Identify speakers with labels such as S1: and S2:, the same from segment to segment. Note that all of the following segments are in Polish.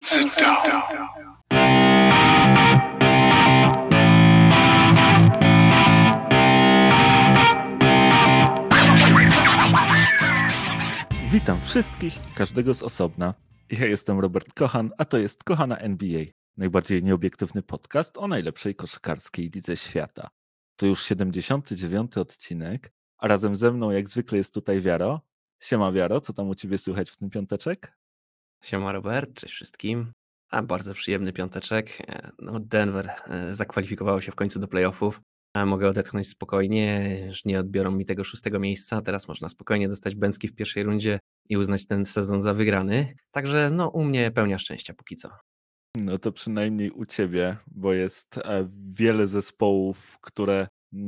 S1: Sit down.
S2: Witam wszystkich i każdego z osobna. Ja jestem Robert Kochan, a to jest Kochana NBA, najbardziej nieobiektywny podcast o najlepszej koszykarskiej lidze świata. To już 79. odcinek, a razem ze mną jak zwykle jest tutaj Wiaro. Siema Wiaro, co tam u ciebie słychać w ten piąteczek?
S3: Siema Robert, cześć wszystkim. Bardzo przyjemny piąteczek. No Denver zakwalifikowało się w końcu do playoffów. Mogę odetchnąć spokojnie, już nie odbiorą mi tego 6. miejsca. Teraz można spokojnie dostać bęcki w pierwszej rundzie i uznać ten sezon za wygrany. Także no u mnie pełnia szczęścia póki co.
S2: No to przynajmniej u ciebie, bo jest wiele zespołów, które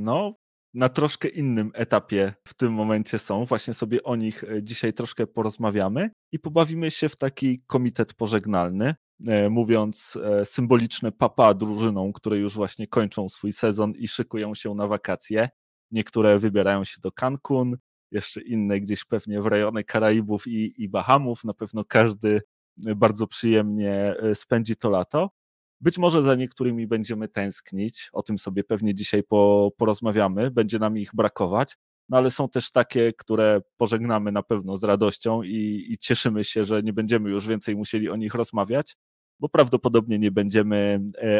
S2: na troszkę innym etapie w tym momencie są. Właśnie sobie o nich dzisiaj troszkę porozmawiamy i pobawimy się w taki komitet pożegnalny, mówiąc symboliczne papa drużynom, które już właśnie kończą swój sezon i szykują się na wakacje. Niektóre wybierają się do Cancun, jeszcze inne gdzieś pewnie w rejony Karaibów i Bahamów. Na pewno każdy bardzo przyjemnie spędzi to lato. Być może za niektórymi będziemy tęsknić, o tym sobie pewnie dzisiaj porozmawiamy, będzie nam ich brakować, no ale są też takie, które pożegnamy na pewno z radością i cieszymy się, że nie będziemy już więcej musieli o nich rozmawiać, bo prawdopodobnie nie będziemy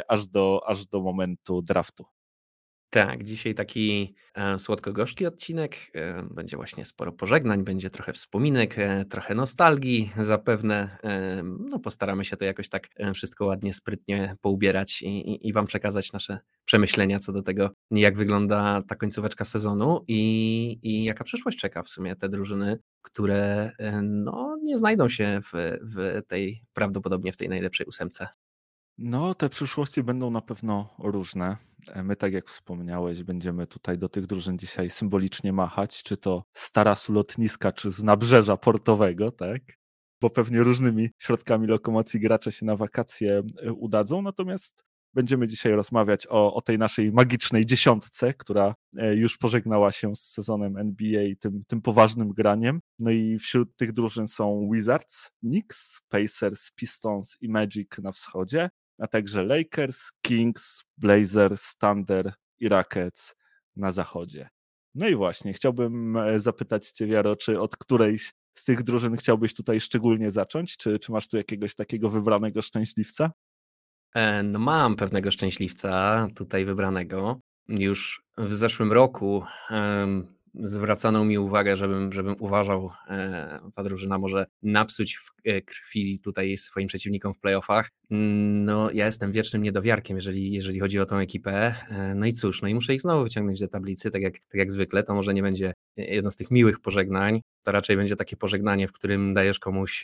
S2: aż do momentu draftu.
S3: Tak, dzisiaj taki słodko-gorzki odcinek, będzie właśnie sporo pożegnań, będzie trochę wspominek, trochę nostalgii zapewne, no postaramy się to jakoś tak wszystko ładnie, sprytnie poubierać i wam przekazać nasze przemyślenia co do tego, jak wygląda ta końcóweczka sezonu i jaka przyszłość czeka w sumie te drużyny, które no nie znajdą się w tej, prawdopodobnie w tej najlepszej 8.
S2: No, te przyszłości będą na pewno różne. My, tak jak wspomniałeś, będziemy tutaj do tych drużyn dzisiaj symbolicznie machać, czy to z tarasu lotniska, czy z nabrzeża portowego, tak? Bo pewnie różnymi środkami lokomocji gracze się na wakacje udadzą, natomiast będziemy dzisiaj rozmawiać o tej naszej magicznej dziesiątce, która już pożegnała się z sezonem NBA tym poważnym graniem. No i wśród tych drużyn są Wizards, Knicks, Pacers, Pistons i Magic na wschodzie, a także Lakers, Kings, Blazers, Thunder i Rockets na zachodzie. No i właśnie, chciałbym zapytać cię, Wiaro, czy od którejś z tych drużyn chciałbyś tutaj szczególnie zacząć? Czy masz tu jakiegoś takiego wybranego szczęśliwca?
S3: No mam pewnego szczęśliwca tutaj wybranego. Już w zeszłym roku zwracano mi uwagę, żebym uważał, ta drużyna może napsuć w krwi tutaj swoim przeciwnikom w playoffach. No ja jestem wiecznym niedowiarkiem, jeżeli chodzi o tą ekipę. No i cóż, no i muszę ich znowu wyciągnąć do tablicy, tak jak zwykle. To może nie będzie jedno z tych miłych pożegnań, to raczej będzie takie pożegnanie, w którym dajesz komuś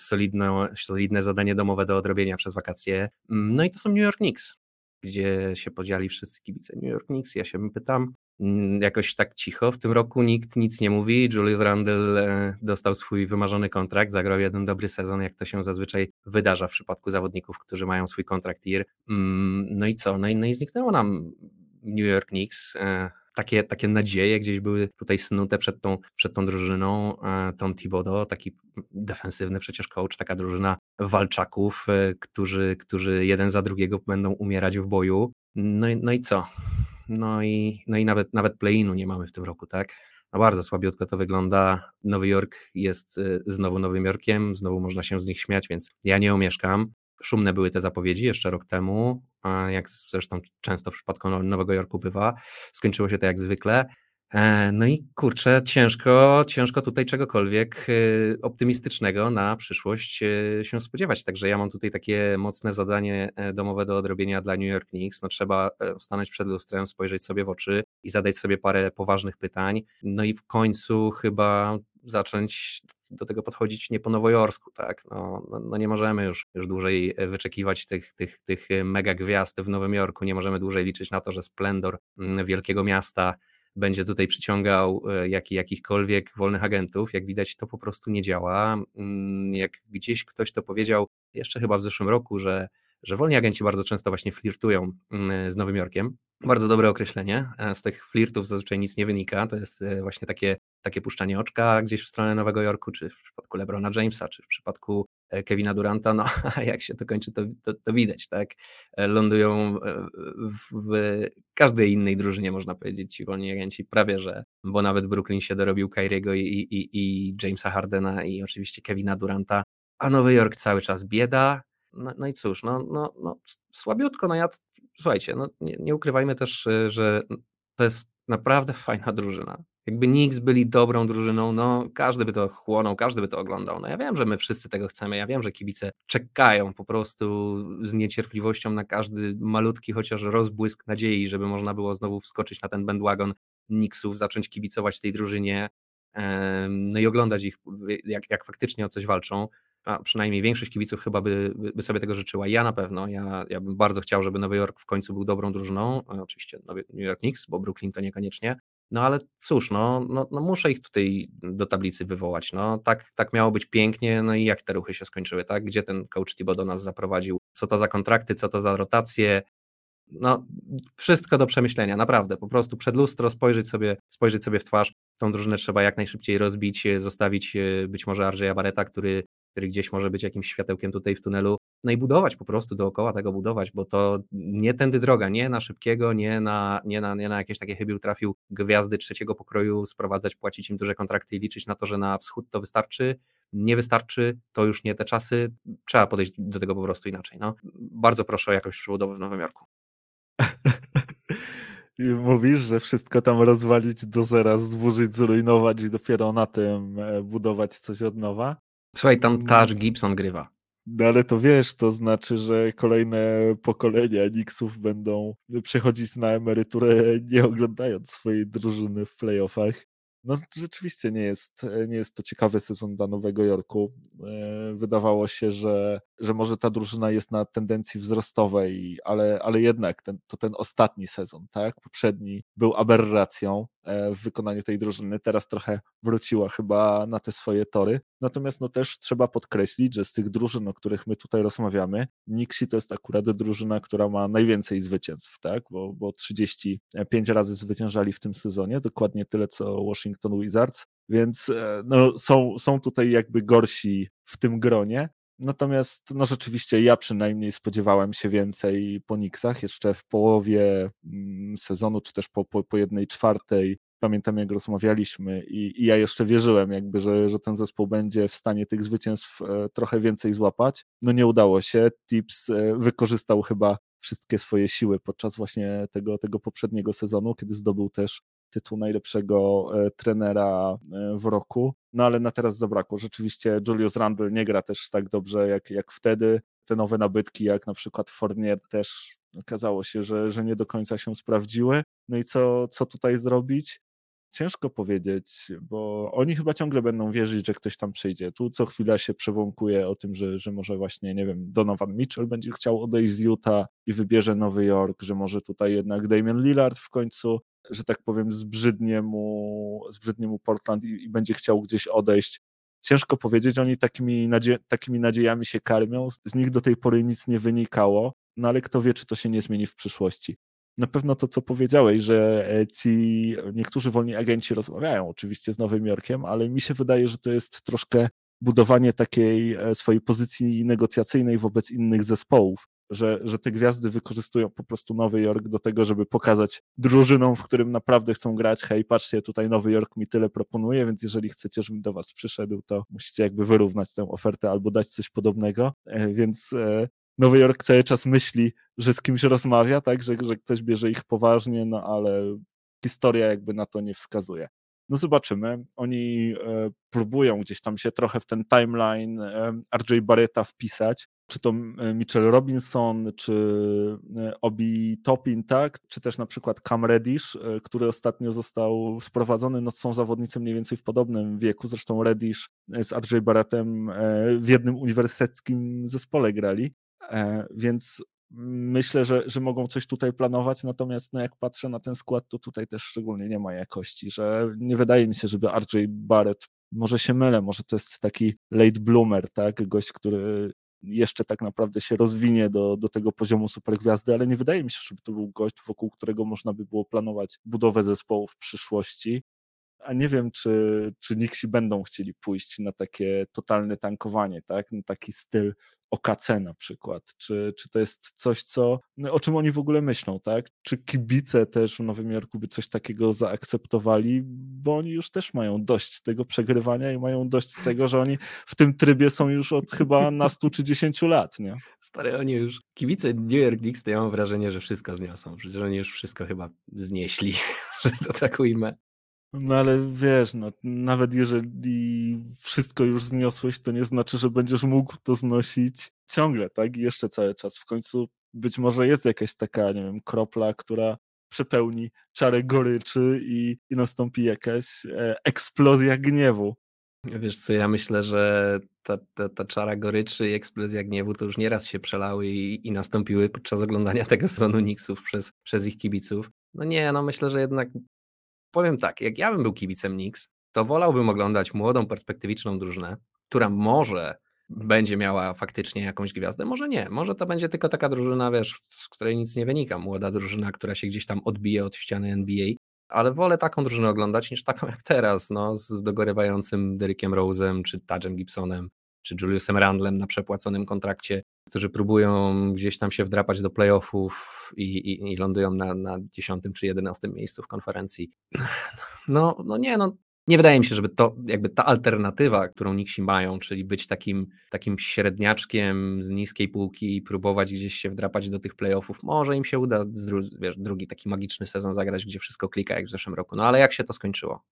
S3: solidne zadanie domowe do odrobienia przez wakacje. No i to są New York Knicks, gdzie się podzieli wszyscy kibice New York Knicks. Ja się pytam, jakoś tak cicho, w tym roku nikt nic nie mówi. Julius Randle dostał swój wymarzony kontrakt, zagrał jeden dobry sezon, jak to się zazwyczaj wydarza w przypadku zawodników, którzy mają swój kontrakt year. No i co? No i zniknęło nam New York Knicks. Takie nadzieje gdzieś były tutaj snute przed tą drużyną. Tom Thibodeau, taki defensywny przecież coach, taka drużyna walczaków, którzy jeden za drugiego będą umierać w boju. No i co? No i nawet play-inu nie mamy w tym roku, tak? No bardzo słabiutko to wygląda. Nowy Jork jest znowu Nowym Jorkiem, znowu można się z nich śmiać, więc ja nie omieszkam. Szumne były te zapowiedzi jeszcze rok temu, jak zresztą często w przypadku Nowego Jorku bywa. Skończyło się to jak zwykle. No i kurczę, ciężko tutaj czegokolwiek optymistycznego na przyszłość się spodziewać. Także ja mam tutaj takie mocne zadanie domowe do odrobienia dla New York Knicks. No trzeba stanąć przed lustrem, spojrzeć sobie w oczy i zadać sobie parę poważnych pytań. No i w końcu chyba zacząć do tego podchodzić nie po nowojorsku, tak? No nie możemy już dłużej wyczekiwać tych mega gwiazd w Nowym Jorku, nie możemy dłużej liczyć na to, że splendor wielkiego miasta będzie tutaj przyciągał jakichkolwiek wolnych agentów. Jak widać, to po prostu nie działa. Jak gdzieś ktoś to powiedział jeszcze chyba w zeszłym roku, że wolni agenci bardzo często właśnie flirtują z Nowym Jorkiem. Bardzo dobre określenie. Z tych flirtów zazwyczaj nic nie wynika. To jest właśnie takie puszczanie oczka gdzieś w stronę Nowego Jorku, czy w przypadku LeBrona Jamesa, czy w przypadku Kevina Duranta, no a jak się to kończy, to widać, tak? Lądują w każdej innej drużynie, można powiedzieć, ci wolni agenci, prawie że, bo nawet Brooklyn się dorobił Kyriego i Jamesa Hardena i oczywiście Kevina Duranta, a Nowy Jork cały czas bieda. No i cóż, słabiutko, słuchajcie, nie ukrywajmy też, że to jest naprawdę fajna drużyna. Jakby Knicks byli dobrą drużyną, no każdy by to chłonął, każdy by to oglądał. No ja wiem, że my wszyscy tego chcemy, ja wiem, że kibice czekają po prostu z niecierpliwością na każdy malutki chociaż rozbłysk nadziei, żeby można było znowu wskoczyć na ten bandwagon Knicksów, zacząć kibicować tej drużynie, no i oglądać ich, jak faktycznie o coś walczą. A przynajmniej większość kibiców chyba by sobie tego życzyła. Ja na pewno. Ja bym bardzo chciał, żeby Nowy Jork w końcu był dobrą drużyną. Oczywiście New York Knicks, bo Brooklyn to niekoniecznie. No ale cóż, muszę ich tutaj do tablicy wywołać. No tak miało być pięknie, no i jak te ruchy się skończyły, tak? Gdzie ten coach Thibodeau nas zaprowadził? Co to za kontrakty, co to za rotacje? No wszystko do przemyślenia, naprawdę. Po prostu przed lustro spojrzeć sobie w twarz. Tą drużynę trzeba jak najszybciej rozbić, zostawić być może RJ'a Barretta, który gdzieś może być jakimś światełkiem tutaj w tunelu, no i budować po prostu dookoła tego budować, bo to nie tędy droga, nie na szybkiego, nie na jakieś takie chybił trafił gwiazdy trzeciego pokroju, sprowadzać, płacić im duże kontrakty i liczyć na to, że na wschód to wystarczy. Nie wystarczy, to już nie te czasy, trzeba podejść do tego po prostu inaczej. No. Bardzo proszę o jakąś przebudowę w Nowym Jorku.
S2: I mówisz, że wszystko tam rozwalić do zera, zburzyć, zrujnować i dopiero na tym budować coś od nowa?
S3: Słuchaj, tam Taj Gibson grywa.
S2: No ale to wiesz, to znaczy, że kolejne pokolenia Knicksów będą przechodzić na emeryturę, nie oglądając swojej drużyny w playoffach. No rzeczywiście nie jest to ciekawy sezon dla Nowego Jorku. Wydawało się, że może ta drużyna jest na tendencji wzrostowej, ale jednak ten ostatni sezon, tak? Poprzedni był aberracją w wykonaniu tej drużyny. Teraz trochę wróciła chyba na te swoje tory. Natomiast też trzeba podkreślić, że z tych drużyn, o których my tutaj rozmawiamy, Knicksi to jest akurat drużyna, która ma najwięcej zwycięstw, tak? Bo 35 razy zwyciężali w tym sezonie, dokładnie tyle co Washington Wizards, więc są tutaj jakby gorsi w tym gronie. Natomiast rzeczywiście ja przynajmniej spodziewałem się więcej po Knicksach jeszcze w połowie sezonu, czy też po 1/4. Pamiętam, jak rozmawialiśmy i ja jeszcze wierzyłem jakby, że ten zespół będzie w stanie tych zwycięstw trochę więcej złapać. No nie udało się. Tibbs wykorzystał chyba wszystkie swoje siły podczas właśnie tego poprzedniego sezonu, kiedy zdobył też tytuł najlepszego trenera w roku. No ale na teraz zabrakło. Rzeczywiście Julius Randle nie gra też tak dobrze jak wtedy. Te nowe nabytki, jak na przykład Fournier, też okazało się, że nie do końca się sprawdziły. No i co tutaj zrobić? Ciężko powiedzieć, bo oni chyba ciągle będą wierzyć, że ktoś tam przyjdzie. Tu co chwila się przebąkuje o tym, że może właśnie, nie wiem, Donovan Mitchell będzie chciał odejść z Utah i wybierze Nowy Jork, że może tutaj jednak Damian Lillard w końcu, że tak powiem, zbrzydnie mu Portland i będzie chciał gdzieś odejść. Ciężko powiedzieć, oni takimi nadziejami się karmią, z nich do tej pory nic nie wynikało, no ale kto wie, czy to się nie zmieni w przyszłości. Na pewno to, co powiedziałeś, że ci niektórzy wolni agenci rozmawiają oczywiście z Nowym Jorkiem, ale mi się wydaje, że to jest troszkę budowanie takiej swojej pozycji negocjacyjnej wobec innych zespołów, że te gwiazdy wykorzystują po prostu Nowy Jork do tego, żeby pokazać drużynom, w którym naprawdę chcą grać, hej, patrzcie, tutaj Nowy Jork mi tyle proponuje, więc jeżeli chcecie, żebym do was przyszedł, to musicie jakby wyrównać tę ofertę albo dać coś podobnego, więc Nowy Jork cały czas myśli, że z kimś rozmawia, tak, że ktoś bierze ich poważnie, no ale historia jakby na to nie wskazuje. No zobaczymy. Oni próbują gdzieś tam się trochę w ten timeline RJ Barretta wpisać, czy to Mitchell Robinson, czy Obi Toppin, tak, czy też na przykład Cam Reddish, który ostatnio został sprowadzony, no są zawodnicy mniej więcej w podobnym wieku, zresztą Reddish z RJ Barrettem w jednym uniwersyteckim zespole grali, więc myślę, że mogą coś tutaj planować, natomiast jak patrzę na ten skład, to tutaj też szczególnie nie ma jakości, że nie wydaje mi się, żeby RJ Barrett, może się mylę, może to jest taki late bloomer, tak, gość, który jeszcze tak naprawdę się rozwinie do tego poziomu supergwiazdy, ale nie wydaje mi się, żeby to był gość, wokół którego można by było planować budowę zespołu w przyszłości. A nie wiem, czy Knicksi będą chcieli pójść na takie totalne tankowanie, tak? Na taki styl OKC na przykład. Czy to jest coś, o czym oni w ogóle myślą, tak? Czy kibice też w Nowym Jorku by coś takiego zaakceptowali? Bo oni już też mają dość tego przegrywania i mają dość tego, że oni w tym trybie są już od chyba nastu czy 10 lat, nie?
S3: Stary, oni już, kibice New York Knicks, to ja mam wrażenie, że wszystko zniosą. Przecież oni już wszystko chyba znieśli, że to tak ujmę.
S2: No ale wiesz, no, nawet jeżeli wszystko już zniosłeś, to nie znaczy, że będziesz mógł to znosić ciągle, tak? I jeszcze cały czas. W końcu być może jest jakaś taka, nie wiem, kropla, która przepełni czarę goryczy i nastąpi jakaś eksplozja gniewu.
S3: Wiesz co, ja myślę, że ta czara goryczy i eksplozja gniewu to już nieraz się przelały i nastąpiły podczas oglądania tego sezonu Knicksów przez ich kibiców. No nie, no myślę, że jednak powiem tak, jak ja bym był kibicem Knicks, to wolałbym oglądać młodą, perspektywiczną drużynę, która może będzie miała faktycznie jakąś gwiazdę, może nie, może to będzie tylko taka drużyna, wiesz, z której nic nie wynika, młoda drużyna, która się gdzieś tam odbije od ściany NBA, ale wolę taką drużynę oglądać niż taką jak teraz, no, z dogorywającym Derrickiem Rose'em, czy Tadżem Gibsonem, czy Juliusem Randlem na przepłaconym kontrakcie, którzy próbują gdzieś tam się wdrapać do playoffów i lądują na 10. czy 11. miejscu w konferencji. No nie, no nie wydaje mi się, żeby to jakby ta alternatywa, którą Knicksi mają, czyli być takim średniaczkiem z niskiej półki i próbować gdzieś się wdrapać do tych playoffów, może im się uda wiesz, drugi taki magiczny sezon zagrać, gdzie wszystko klika jak w zeszłym roku. No ale jak się to skończyło?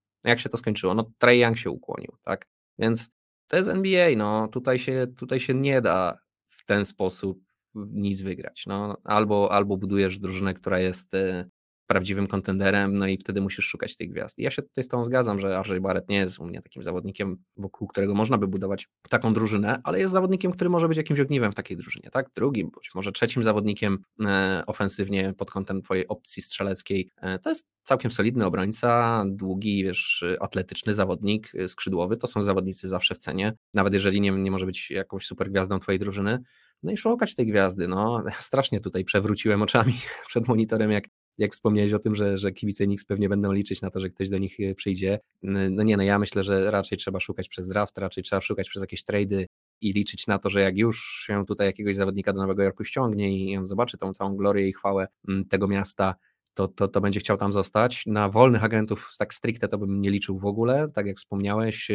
S3: No Trae Young się ukłonił, tak? Więc to jest NBA, no tutaj się nie da w ten sposób nic wygrać. No, albo budujesz drużynę, która jest prawdziwym kontenderem, no i wtedy musisz szukać tych gwiazd. I ja się tutaj z tą zgadzam, że RJ Barrett nie jest u mnie takim zawodnikiem, wokół którego można by budować taką drużynę, ale jest zawodnikiem, który może być jakimś ogniwem w takiej drużynie, tak? Drugim, bądź może trzecim zawodnikiem ofensywnie pod kątem twojej opcji strzeleckiej. To jest całkiem solidny obrońca, długi, wiesz, atletyczny zawodnik, skrzydłowy, to są zawodnicy zawsze w cenie, nawet jeżeli nie może być jakąś super gwiazdą twojej drużyny. No i szukać tej gwiazdy, no strasznie tutaj przewróciłem oczami przed monitorem, jak wspomniałeś o tym, że kibice Knicks pewnie będą liczyć na to, że ktoś do nich przyjdzie. No nie, no ja myślę, że raczej trzeba szukać przez draft, raczej trzeba szukać przez jakieś trady i liczyć na to, że jak już się tutaj jakiegoś zawodnika do Nowego Jorku ściągnie i on zobaczy tą całą glorię i chwałę tego miasta, to będzie chciał tam zostać. Na wolnych agentów tak stricte to bym nie liczył w ogóle, tak jak wspomniałeś,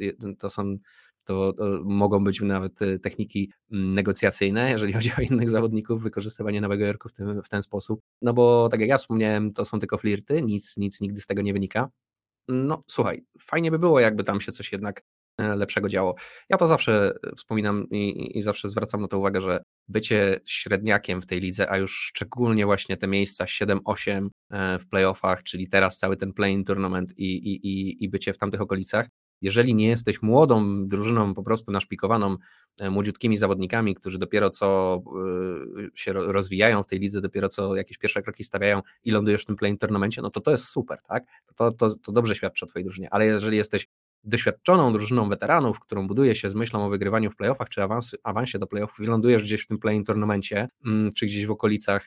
S3: to mogą być nawet techniki negocjacyjne, jeżeli chodzi o innych zawodników, wykorzystywanie Nowego Jorku w ten sposób. No bo tak jak ja wspomniałem, to są tylko flirty, nic nigdy z tego nie wynika. No słuchaj, fajnie by było, jakby tam się coś jednak lepszego działo. Ja to zawsze wspominam i zawsze zwracam na to uwagę, że bycie średniakiem w tej lidze, a już szczególnie właśnie te miejsca 7-8 w playoffach, czyli teraz cały ten play-in tournament i bycie w tamtych okolicach, jeżeli nie jesteś młodą drużyną po prostu naszpikowaną młodziutkimi zawodnikami, którzy dopiero co się rozwijają w tej lidze, dopiero co jakieś pierwsze kroki stawiają i lądujesz w tym play-in tournamencie, no to jest super, tak? To dobrze świadczy o twojej drużynie, ale jeżeli jesteś doświadczoną drużyną weteranów, którą buduje się z myślą o wygrywaniu w playoffach, czy awansie do playoffów i lądujesz gdzieś w tym play-in tournamencie, czy gdzieś w okolicach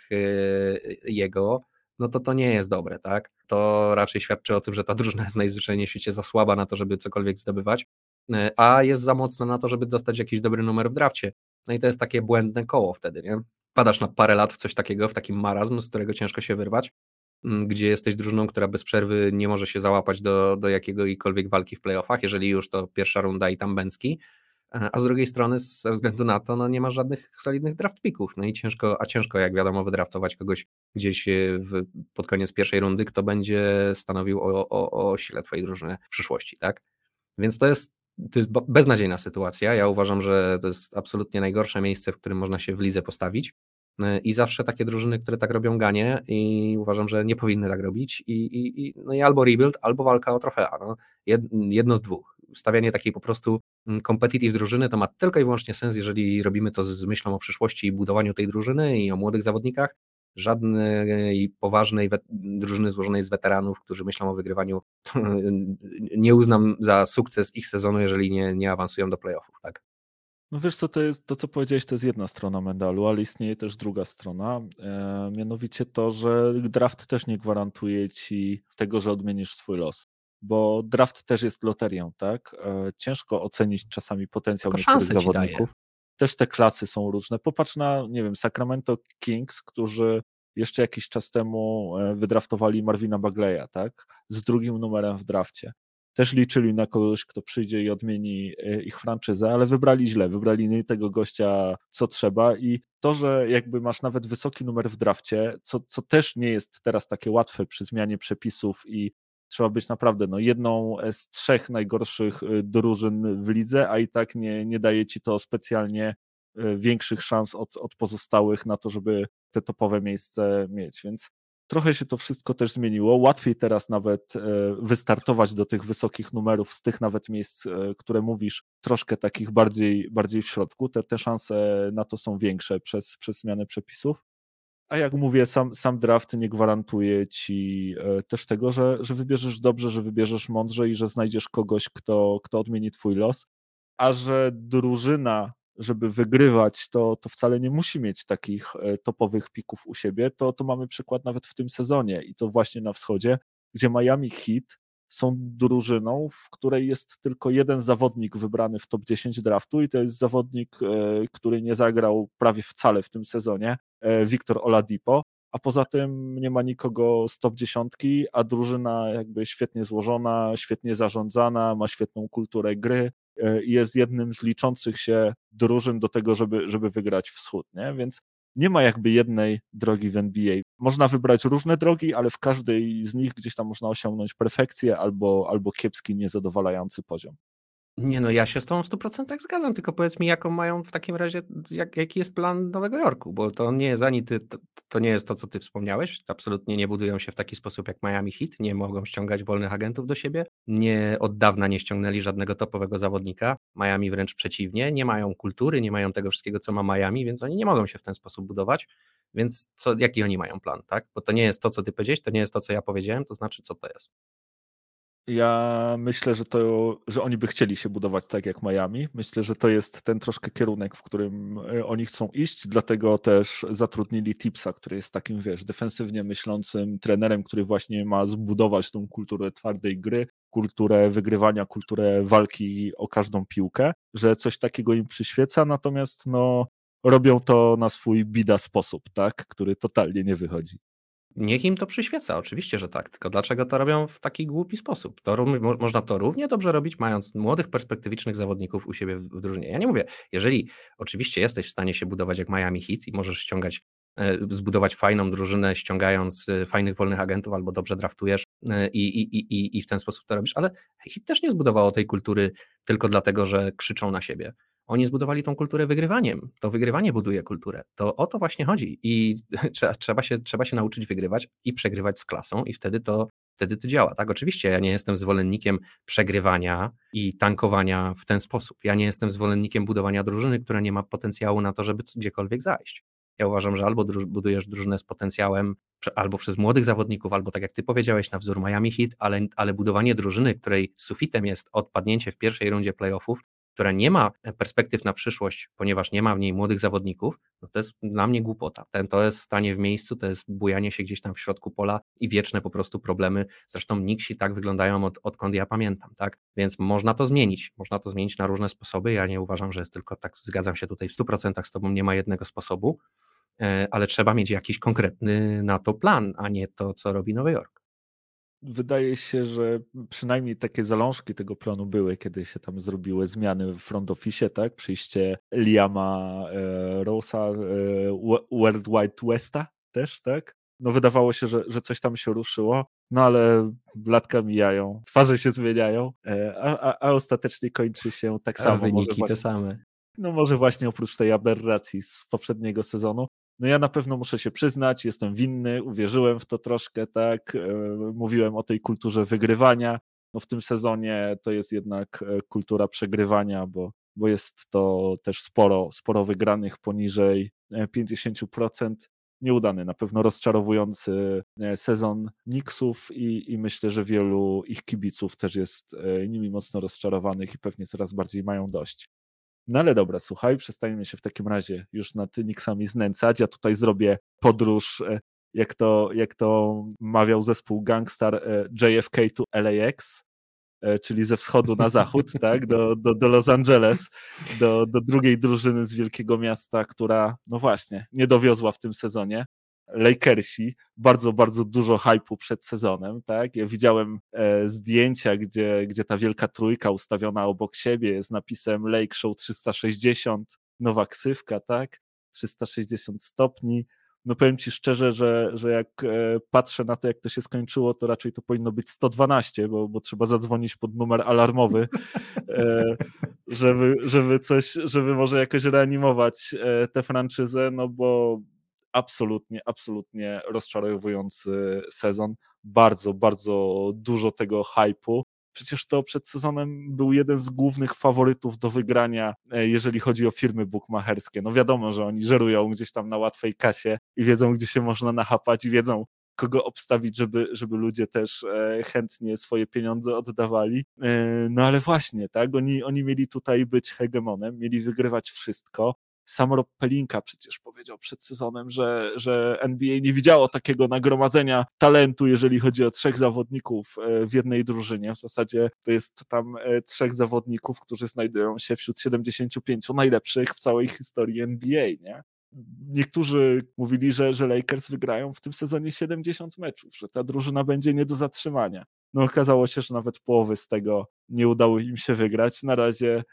S3: jego, no to nie jest dobre, tak? To raczej świadczy o tym, że ta drużyna jest najzwyczajniej w świecie za słaba na to, żeby cokolwiek zdobywać, a jest za mocna na to, żeby dostać jakiś dobry numer w drafcie. No i to jest takie błędne koło wtedy, nie? Padasz na parę lat w coś takiego, w takim marazm, z którego ciężko się wyrwać, gdzie jesteś drużyną, która bez przerwy nie może się załapać do jakiejkolwiek walki w playoffach, jeżeli już to pierwsza runda i tam bęcki, a z drugiej strony ze względu na to nie masz żadnych solidnych draft picków, no i ciężko jak wiadomo wydraftować kogoś gdzieś pod koniec pierwszej rundy, kto będzie stanowił o sile twojej drużyny w przyszłości, tak? Więc to jest beznadziejna sytuacja, ja uważam, że to jest absolutnie najgorsze miejsce, w którym można się w lidze postawić i zawsze takie drużyny, które tak robią ganie i uważam, że nie powinny tak robić no i albo rebuild, albo walka o trofea, no. Jedno z dwóch. Stawianie takiej po prostu competitive drużyny to ma tylko i wyłącznie sens, jeżeli robimy to z myślą o przyszłości i budowaniu tej drużyny i o młodych zawodnikach. Żadnej poważnej drużyny złożonej z weteranów, którzy myślą o wygrywaniu, nie uznam za sukces ich sezonu, jeżeli nie awansują do playoffów, tak?
S2: No wiesz co, to co powiedziałeś, to jest jedna strona medalu, ale istnieje też druga strona, mianowicie to, że draft też nie gwarantuje ci tego, że odmienisz swój los. bo draft też jest loterią, tak? Ciężko ocenić czasami potencjał
S3: Tylko
S2: niektórych
S3: szansę ci daje.
S2: zawodników. Też te klasy są różne. Popatrz na, nie wiem, Sacramento Kings, którzy jeszcze jakiś czas temu wydraftowali Marvina Bagleya, tak? Z 2. numerem w drafcie. Też liczyli na kogoś, kto przyjdzie i odmieni ich franczyzę, ale wybrali źle, wybrali nie tego gościa, co trzeba i to, że jakby masz nawet wysoki numer w drafcie, co też nie jest teraz takie łatwe przy zmianie przepisów i trzeba być naprawdę jedną z 3 najgorszych drużyn w lidze, a i tak nie daje ci to specjalnie większych szans od pozostałych na to, żeby te topowe miejsce mieć, więc trochę się to wszystko też zmieniło. Łatwiej teraz nawet wystartować do tych wysokich numerów z tych nawet miejsc, które mówisz, troszkę takich bardziej w środku. Te szanse na to są większe przez zmianę przepisów. A jak mówię, sam draft nie gwarantuje ci też tego, że wybierzesz dobrze, że wybierzesz mądrze i że znajdziesz kogoś, kto odmieni twój los. A że drużyna, żeby wygrywać, to wcale nie musi mieć takich topowych pików u siebie, to mamy przykład nawet w tym sezonie i to właśnie na wschodzie, gdzie Miami Heat są drużyną, w której jest tylko jeden zawodnik wybrany w top 10 draftu i to jest zawodnik, który nie zagrał prawie wcale w tym sezonie, Victor Oladipo, a poza tym nie ma nikogo z top 10, a drużyna jakby świetnie złożona, świetnie zarządzana, ma świetną kulturę gry i jest jednym z liczących się drużyn do tego, żeby wygrać wschód, nie? Więc nie ma jakby jednej drogi w NBA. Można wybrać różne drogi, ale w każdej z nich gdzieś tam można osiągnąć perfekcję albo kiepski, niezadowalający poziom.
S3: Nie no, ja się z tobą w 100% zgadzam, tylko powiedz mi, jaką mają w takim razie, jaki jest plan Nowego Jorku, bo to nie jest to nie jest to, co ty wspomniałeś, absolutnie nie budują się w taki sposób jak Miami Heat, nie mogą ściągać wolnych agentów do siebie, od dawna nie ściągnęli żadnego topowego zawodnika, Miami wręcz przeciwnie, nie mają kultury, nie mają tego wszystkiego, co ma Miami, więc oni nie mogą się w ten sposób budować, więc jaki oni mają plan, tak? Bo to nie jest to, co ty powiedziałeś, to nie jest to, co ja powiedziałem, to znaczy, co to jest?
S2: Ja myślę, że oni by chcieli się budować tak jak Miami. Myślę, że to jest ten troszkę kierunek, w którym oni chcą iść, dlatego też zatrudnili Tipsa, który jest takim, defensywnie myślącym trenerem, który właśnie ma zbudować tą kulturę twardej gry, kulturę wygrywania, kulturę walki o każdą piłkę, że coś takiego im przyświeca, natomiast robią to na swój bida sposób, tak, który totalnie nie wychodzi.
S3: Niech im to przyświeca, oczywiście, że tak, tylko dlaczego to robią w taki głupi sposób? Można to równie dobrze robić, mając młodych, perspektywicznych zawodników u siebie w drużynie. Ja nie mówię, jeżeli oczywiście jesteś w stanie się budować jak Miami Heat i możesz zbudować fajną drużynę, ściągając fajnych wolnych agentów albo dobrze draftujesz i w ten sposób to robisz, ale Heat też nie zbudowało tej kultury tylko dlatego, że krzyczą na siebie. Oni zbudowali tą kulturę wygrywaniem. To wygrywanie buduje kulturę. To o to właśnie chodzi. I trzeba się nauczyć wygrywać i przegrywać z klasą i wtedy to działa. Tak, oczywiście ja nie jestem zwolennikiem przegrywania i tankowania w ten sposób. Ja nie jestem zwolennikiem budowania drużyny, która nie ma potencjału na to, żeby gdziekolwiek zajść. Ja uważam, że albo budujesz drużynę z potencjałem, albo przez młodych zawodników, albo tak jak ty powiedziałeś, na wzór Miami Heat, ale budowanie drużyny, której sufitem jest odpadnięcie w pierwszej rundzie playoffów, która nie ma perspektyw na przyszłość, ponieważ nie ma w niej młodych zawodników, no to jest dla mnie głupota. To jest stanie w miejscu, to jest bujanie się gdzieś tam w środku pola i wieczne po prostu problemy. Zresztą Knicksi tak wyglądają odkąd ja pamiętam, tak? Więc można to zmienić. Można to zmienić na różne sposoby. Ja nie uważam, że jest tylko tak, zgadzam się tutaj w 100% z tobą, nie ma jednego sposobu, ale trzeba mieć jakiś konkretny na to plan, a nie to, co robi Nowy Jork.
S2: Wydaje się, że przynajmniej takie zalążki tego planu były, kiedy się tam zrobiły zmiany w front office, tak? Przyjście Liama Rose'a, World Wide Westa też, tak? Wydawało się, że coś tam się ruszyło, ale latka mijają, twarze się zmieniają, a ostatecznie kończy się tak samo.
S3: Wyniki te same.
S2: Może właśnie oprócz tej aberracji z poprzedniego sezonu. Ja na pewno muszę się przyznać, jestem winny, uwierzyłem w to troszkę, tak, mówiłem o tej kulturze wygrywania, w tym sezonie to jest jednak kultura przegrywania, bo jest to też sporo wygranych poniżej 50%, nieudany, na pewno rozczarowujący sezon Knicksów i myślę, że wielu ich kibiców też jest nimi mocno rozczarowanych i pewnie coraz bardziej mają dość. Ale dobra, słuchaj, przestańmy się w takim razie już nad Knicksami znęcać. Ja tutaj zrobię podróż, jak to mawiał zespół Gangstar, JFK to LAX. czyli ze wschodu na zachód, tak, do Los Angeles, do drugiej drużyny z wielkiego miasta, która, no właśnie, nie dowiozła w tym sezonie. Lakersi, bardzo, bardzo dużo hype'u przed sezonem, tak? Ja widziałem zdjęcia, gdzie ta wielka trójka ustawiona obok siebie z napisem Lake Show 360, nowa ksywka, tak? 360 stopni. No powiem ci szczerze, że jak patrzę na to, jak to się skończyło, to raczej to powinno być 112, bo trzeba zadzwonić pod numer alarmowy, żeby może jakoś reanimować tę franczyzę, no bo absolutnie rozczarowujący sezon. Bardzo, bardzo dużo tego hype'u. Przecież to przed sezonem był jeden z głównych faworytów do wygrania, jeżeli chodzi o firmy bukmacherskie. No wiadomo, że oni żerują gdzieś tam na łatwej kasie i wiedzą, gdzie się można nachapać i wiedzą, kogo obstawić, żeby ludzie też chętnie swoje pieniądze oddawali. No ale właśnie, tak, oni mieli tutaj być hegemonem, mieli wygrywać wszystko. Sam Rob Pelinka przecież powiedział przed sezonem, że NBA nie widziało takiego nagromadzenia talentu, jeżeli chodzi o 3 zawodników w jednej drużynie. W zasadzie to jest tam 3 zawodników, którzy znajdują się wśród 75 najlepszych w całej historii NBA, nie? Niektórzy mówili, że Lakers wygrają w tym sezonie 70 meczów, że ta drużyna będzie nie do zatrzymania. No okazało się, że nawet połowy z tego nie udało im się wygrać. Na razie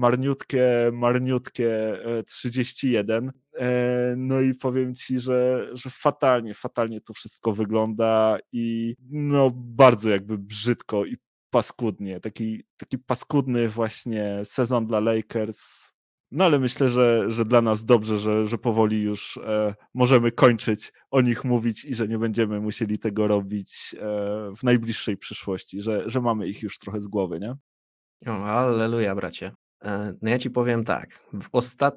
S2: marniutkie 31. No i powiem ci, że fatalnie to wszystko wygląda i no bardzo jakby brzydko i paskudnie. Taki paskudny właśnie sezon dla Lakers. No ale myślę, że dla nas dobrze, że powoli już możemy kończyć o nich mówić i że nie będziemy musieli tego robić w najbliższej przyszłości, że mamy ich już trochę z głowy, nie?
S3: O, alleluja, bracie. No ja ci powiem tak, w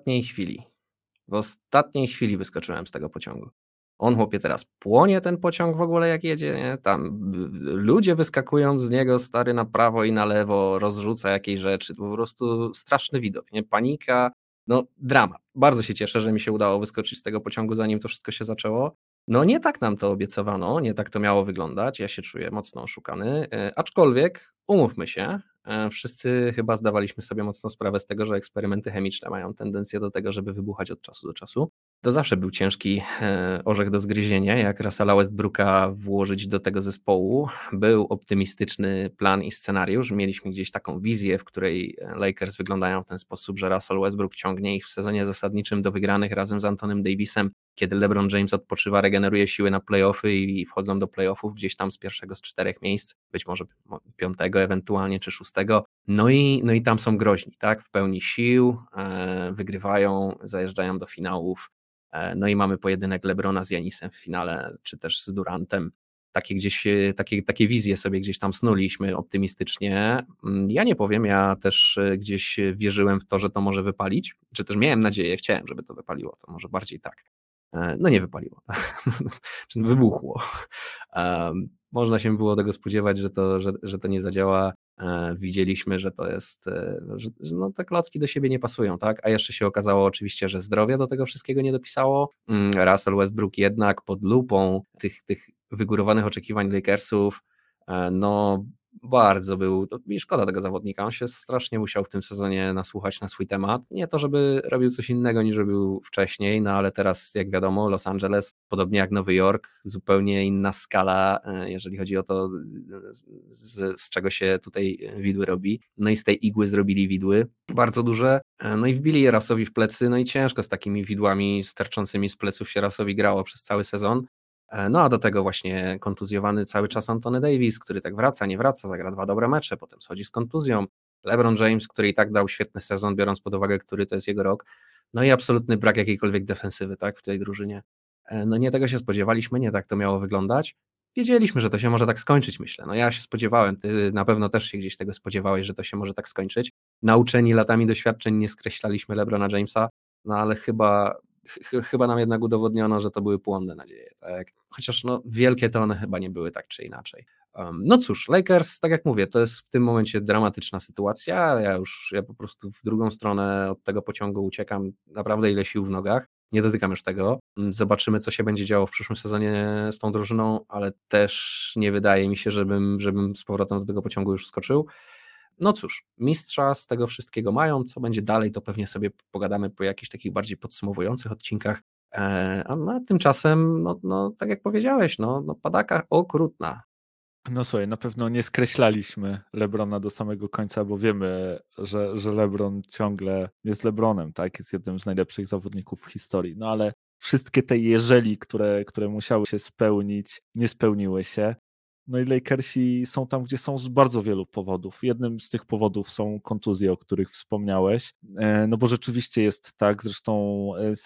S3: ostatniej chwili wyskoczyłem z tego pociągu. On, chłopie, teraz płonie ten pociąg w ogóle jak jedzie, nie? Tam ludzie wyskakują z niego, stary, na prawo i na lewo, rozrzuca jakieś rzeczy, po prostu straszny widok, nie? Panika, no dramat. Bardzo się cieszę, że mi się udało wyskoczyć z tego pociągu, zanim to wszystko się zaczęło. No nie tak nam to obiecywano, nie tak to miało wyglądać, ja się czuję mocno oszukany, aczkolwiek umówmy się, wszyscy chyba zdawaliśmy sobie mocno sprawę z tego, że eksperymenty chemiczne mają tendencję do tego, żeby wybuchać od czasu do czasu. To zawsze był ciężki orzech do zgryzienia, jak Russella Westbrooka włożyć do tego zespołu. Był optymistyczny plan i scenariusz, mieliśmy gdzieś taką wizję, w której Lakers wyglądają w ten sposób, że Russell Westbrook ciągnie ich w sezonie zasadniczym do wygranych razem z Antonym Davisem, kiedy LeBron James odpoczywa, regeneruje siły na playoffy i wchodzą do playoffów gdzieś tam z pierwszego z 4 miejsc, być może 5 ewentualnie czy 6. No i tam są groźni, tak? W pełni sił, wygrywają, zajeżdżają do finałów. No i mamy pojedynek LeBrona z Giannisem w finale, czy też z Durantem. Takie wizje sobie gdzieś tam snuliśmy optymistycznie. Ja nie powiem, ja też gdzieś wierzyłem w to, że to może wypalić, czy też miałem nadzieję, chciałem, żeby to wypaliło, to może bardziej tak. No nie wypaliło, czy wybuchło. Można się było tego spodziewać, że to nie zadziała. Widzieliśmy, że to jest, że no te klocki do siebie nie pasują, tak? A jeszcze się okazało oczywiście, że zdrowie do tego wszystkiego nie dopisało. Russell Westbrook jednak pod lupą tych wygórowanych oczekiwań Lakersów, no bardzo był, mi szkoda tego zawodnika, on się strasznie musiał w tym sezonie nasłuchać na swój temat. Nie to, żeby robił coś innego niż robił wcześniej, no ale teraz jak wiadomo Los Angeles, podobnie jak Nowy Jork, zupełnie inna skala, jeżeli chodzi o to, z czego się tutaj widły robi. No i z tej igły zrobili widły bardzo duże, no i wbili je Russowi w plecy, no i ciężko z takimi widłami sterczącymi z pleców się Russowi grało przez cały sezon. No a do tego właśnie kontuzjowany cały czas Anthony Davis, który tak wraca, nie wraca, zagra 2 dobre mecze, potem schodzi z kontuzją. LeBron James, który i tak dał świetny sezon, biorąc pod uwagę, który to jest jego rok. No i absolutny brak jakiejkolwiek defensywy, tak, w tej drużynie. No nie tego się spodziewaliśmy, nie tak to miało wyglądać. Wiedzieliśmy, że to się może tak skończyć, myślę. No ja się spodziewałem, ty na pewno też się gdzieś tego spodziewałeś, że to się może tak skończyć. Nauczeni latami doświadczeń nie skreślaliśmy LeBrona Jamesa, no ale chyba nam jednak udowodniono, że to były płonne nadzieje, tak? Chociaż no, wielkie to one chyba nie były tak czy inaczej. No cóż, Lakers, tak jak mówię, to jest w tym momencie dramatyczna sytuacja, ja po prostu w drugą stronę od tego pociągu uciekam, naprawdę ile sił w nogach. nie dotykam już tego. Zobaczymy, co się będzie działo w przyszłym sezonie z tą drużyną, ale też nie wydaje mi się, żebym z powrotem do tego pociągu już wskoczył. No cóż, mistrza z tego wszystkiego mają, co będzie dalej, to pewnie sobie pogadamy po jakichś takich bardziej podsumowujących odcinkach, a tymczasem, no tak jak powiedziałeś, no padaka okrutna.
S2: No słuchaj, na pewno nie skreślaliśmy LeBrona do samego końca, bo wiemy, że LeBron ciągle jest LeBronem, tak? Jest jednym z najlepszych zawodników w historii. No ale wszystkie te jeżeli, które musiały się spełnić, nie spełniły się. No i Lakersi są tam, gdzie są z bardzo wielu powodów. Jednym z tych powodów są kontuzje, o których wspomniałeś. No bo rzeczywiście jest tak, zresztą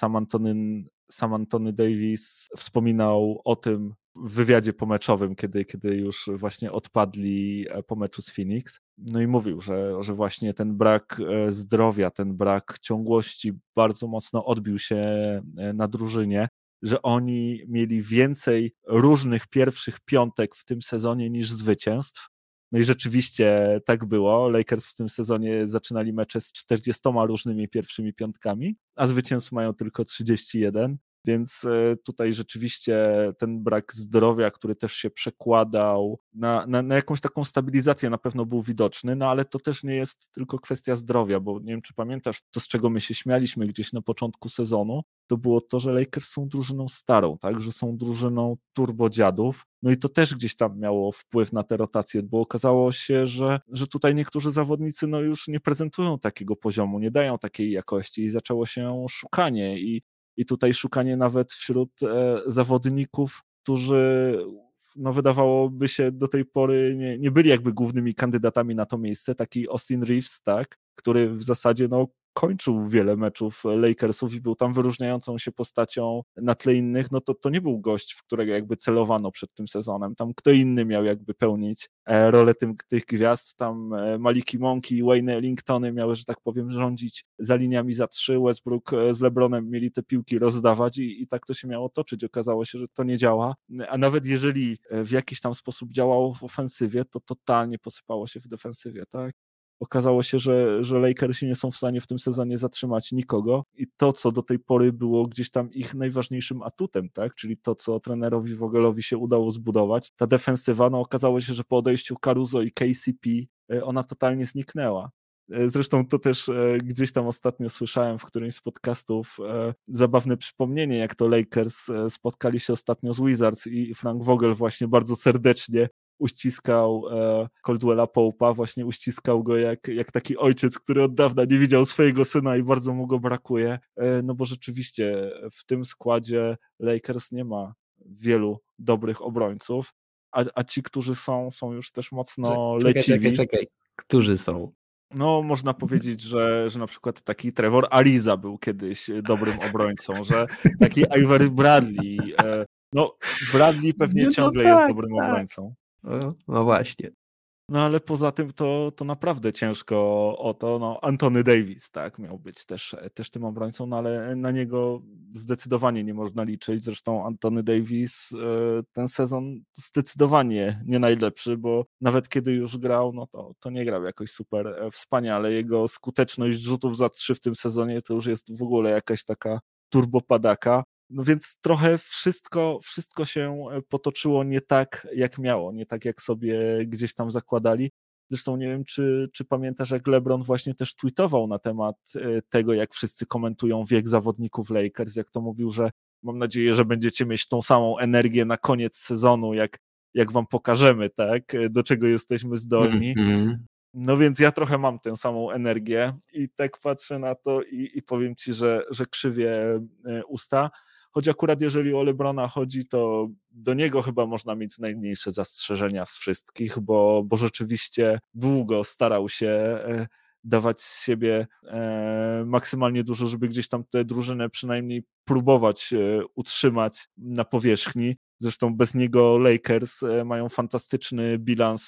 S2: Sam Anthony Davis wspominał o tym w wywiadzie pomeczowym, kiedy już właśnie odpadli po meczu z Phoenix. No i mówił, że właśnie ten brak zdrowia, ten brak ciągłości bardzo mocno odbił się na drużynie, że oni mieli więcej różnych pierwszych piątek w tym sezonie niż zwycięstw. No i rzeczywiście tak było. Lakers w tym sezonie zaczynali mecze z 40 różnymi pierwszymi piątkami, a zwycięstw mają tylko 31. Więc tutaj rzeczywiście ten brak zdrowia, który też się przekładał na jakąś taką stabilizację, na pewno był widoczny, no ale to też nie jest tylko kwestia zdrowia, bo nie wiem, czy pamiętasz, to z czego my się śmialiśmy gdzieś na początku sezonu, to było to, że Lakers są drużyną starą, tak, że są drużyną turbodziadów, no i to też gdzieś tam miało wpływ na te rotacje, bo okazało się, że tutaj niektórzy zawodnicy no już nie prezentują takiego poziomu, nie dają takiej jakości i zaczęło się szukanie i tutaj szukanie nawet wśród zawodników, którzy no wydawałoby się do tej pory nie byli jakby głównymi kandydatami na to miejsce, taki Austin Reeves, tak, który w zasadzie no kończył wiele meczów Lakersów i był tam wyróżniającą się postacią na tle innych, no to nie był gość, w którego jakby celowano przed tym sezonem. Tam kto inny miał jakby pełnić rolę tych gwiazd. Tam Maliki Monk i Wayne Ellingtony miały, że tak powiem, rządzić za liniami za 3. Westbrook z LeBronem mieli te piłki rozdawać i tak to się miało toczyć. Okazało się, że to nie działa. A nawet jeżeli w jakiś tam sposób działało w ofensywie, to totalnie posypało się w defensywie, tak? Okazało się, że Lakersi nie są w stanie w tym sezonie zatrzymać nikogo i to, co do tej pory było gdzieś tam ich najważniejszym atutem, tak, czyli to, co trenerowi Vogelowi się udało zbudować, ta defensywa, no okazało się, że po odejściu Caruso i KCP ona totalnie zniknęła. Zresztą to też gdzieś tam ostatnio słyszałem w którymś z podcastów zabawne przypomnienie, jak to Lakers spotkali się ostatnio z Wizards i Frank Vogel właśnie bardzo serdecznie uściskał Caldwella Pope'a, właśnie uściskał go jak taki ojciec, który od dawna nie widział swojego syna i bardzo mu go brakuje, no bo rzeczywiście w tym składzie Lakers nie ma wielu dobrych obrońców, a ci, którzy są już też mocno leciwi.
S3: Czekaj. Którzy są?
S2: No, można powiedzieć, że na przykład taki Trevor Ariza był kiedyś dobrym obrońcą, że taki Avery Bradley, no Bradley pewnie ciągle jest dobrym obrońcą.
S3: No właśnie.
S2: No ale poza tym to naprawdę ciężko o to. No, Anthony Davis, tak, miał być też tym obrońcą, no ale na niego zdecydowanie nie można liczyć. Zresztą Anthony Davis ten sezon zdecydowanie nie najlepszy, bo nawet kiedy już grał, no to nie grał jakoś super wspaniale. Jego skuteczność rzutów za 3 w tym sezonie to już jest w ogóle jakaś taka turbopadaka. No więc trochę wszystko się potoczyło nie tak, jak miało, nie tak, jak sobie gdzieś tam zakładali. Zresztą nie wiem, czy pamiętasz, jak LeBron właśnie też tweetował na temat tego, jak wszyscy komentują wiek zawodników Lakers, jak to mówił, że mam nadzieję, że będziecie mieć tą samą energię na koniec sezonu, jak wam pokażemy, tak, do czego jesteśmy zdolni. No więc ja trochę mam tę samą energię i tak patrzę na to i powiem ci, że krzywię usta. Choć akurat jeżeli o LeBrona chodzi, to do niego chyba można mieć najmniejsze zastrzeżenia z wszystkich, bo rzeczywiście długo starał się dawać z siebie maksymalnie dużo, żeby gdzieś tam tę drużynę przynajmniej próbować utrzymać na powierzchni. Zresztą bez niego Lakers mają fantastyczny bilans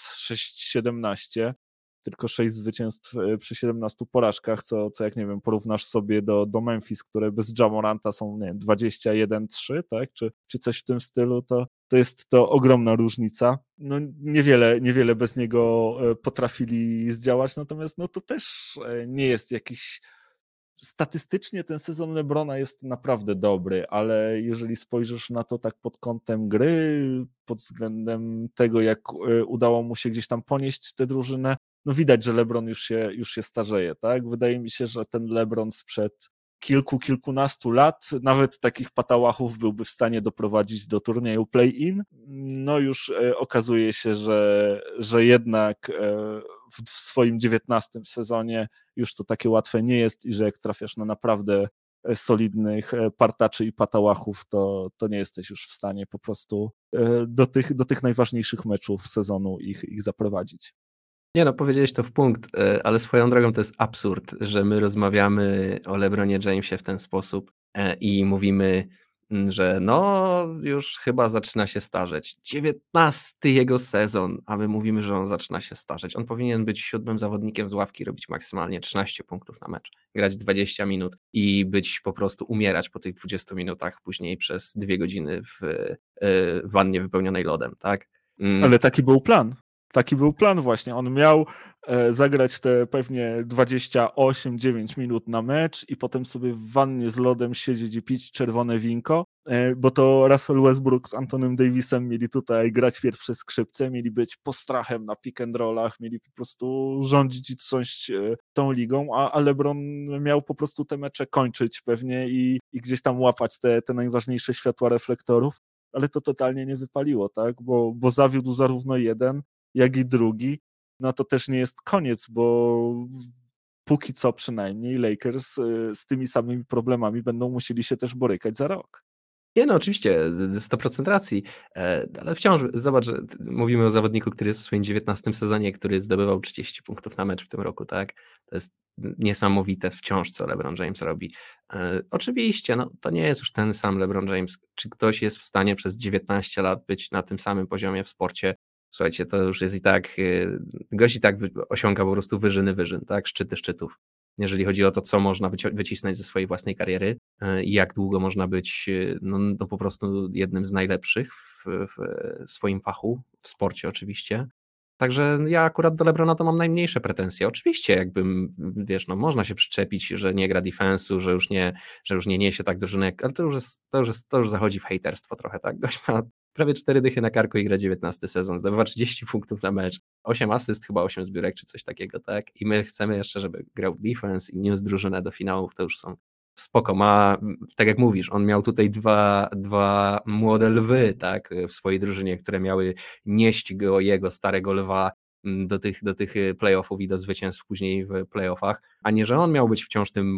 S2: 6-17. Tylko 6 zwycięstw przy 17 porażkach, co jak nie wiem, porównasz sobie do Memphis, które bez Ja Moranta są, nie wiem, 21-3, tak? Czy coś w tym stylu, to jest to ogromna różnica. No niewiele bez niego potrafili zdziałać, natomiast no to też nie jest jakiś statystycznie ten sezon LeBrona jest naprawdę dobry, ale jeżeli spojrzysz na to tak pod kątem gry, pod względem tego, jak udało mu się gdzieś tam ponieść tę drużynę, no widać, że LeBron już się starzeje, tak? Wydaje mi się, że ten LeBron sprzed kilkunastu lat, nawet takich patałachów byłby w stanie doprowadzić do turnieju play-in. No już okazuje się, że jednak w swoim 19 sezonie już to takie łatwe nie jest i że jak trafiasz na naprawdę solidnych partaczy i patałachów, to nie jesteś już w stanie po prostu do tych najważniejszych meczów sezonu ich zaprowadzić.
S3: Nie no, powiedziałeś to w punkt, ale swoją drogą to jest absurd, że my rozmawiamy o LeBronie Jamesie w ten sposób i mówimy, że no już chyba zaczyna się starzeć. 19 jego sezon, a my mówimy, że on zaczyna się starzeć. On powinien być 7. zawodnikiem z ławki, robić maksymalnie 13 punktów na mecz, grać 20 minut i być po prostu umierać po tych 20 minutach później przez 2 godziny w wannie wypełnionej lodem, tak?
S2: Ale taki był plan. Taki był plan właśnie. On miał zagrać te pewnie 28-9 minut na mecz i potem sobie w wannie z lodem siedzieć i pić czerwone winko, bo to Russell Westbrook z Antonym Davisem mieli tutaj grać pierwsze skrzypce, mieli być postrachem na pick and rollach, mieli po prostu rządzić i trząść tą ligą, a LeBron miał po prostu te mecze kończyć pewnie i gdzieś tam łapać te najważniejsze światła reflektorów, ale to totalnie nie wypaliło, tak? Bo zawiódł zarówno jeden, jak i drugi. No to też nie jest koniec, bo póki co przynajmniej Lakers z tymi samymi problemami będą musieli się też borykać za rok.
S3: Nie no, oczywiście, 100% racji, ale wciąż zobacz, że mówimy o zawodniku, który jest w swoim 19 sezonie, który zdobywał 30 punktów na mecz w tym roku, tak? To jest niesamowite wciąż, co LeBron James robi. Oczywiście, no, to nie jest już ten sam LeBron James. Czy ktoś jest w stanie przez 19 lat być na tym samym poziomie w sporcie? Słuchajcie, to już jest i tak, gość i tak osiąga po prostu wyżyny wyżyn, tak? Szczyty szczytów. Jeżeli chodzi o to, co można wycisnąć ze swojej własnej kariery i jak długo można być no po prostu jednym z najlepszych w swoim fachu, w sporcie oczywiście. Także ja akurat do LeBrona to mam najmniejsze pretensje. Oczywiście jakbym, wiesz, no można się przyczepić, że nie gra defensu, że już nie niesie tak drużyny, ale to już zachodzi w hejterstwo trochę, tak? Gość ma prawie 4 dychy na karku i gra 19 sezon, zdobywa 30 punktów na mecz, 8 asyst, chyba 8 zbiórek czy coś takiego, tak? I my chcemy jeszcze, żeby grał defense i niósł drużynę do finałów, to już są spoko. Ma, tak jak mówisz, on miał tutaj dwa młode lwy, tak, w swojej drużynie, które miały nieść go, jego starego lwa do tych playoffów i do zwycięstw później w playoffach, a nie, że on miał być wciąż tym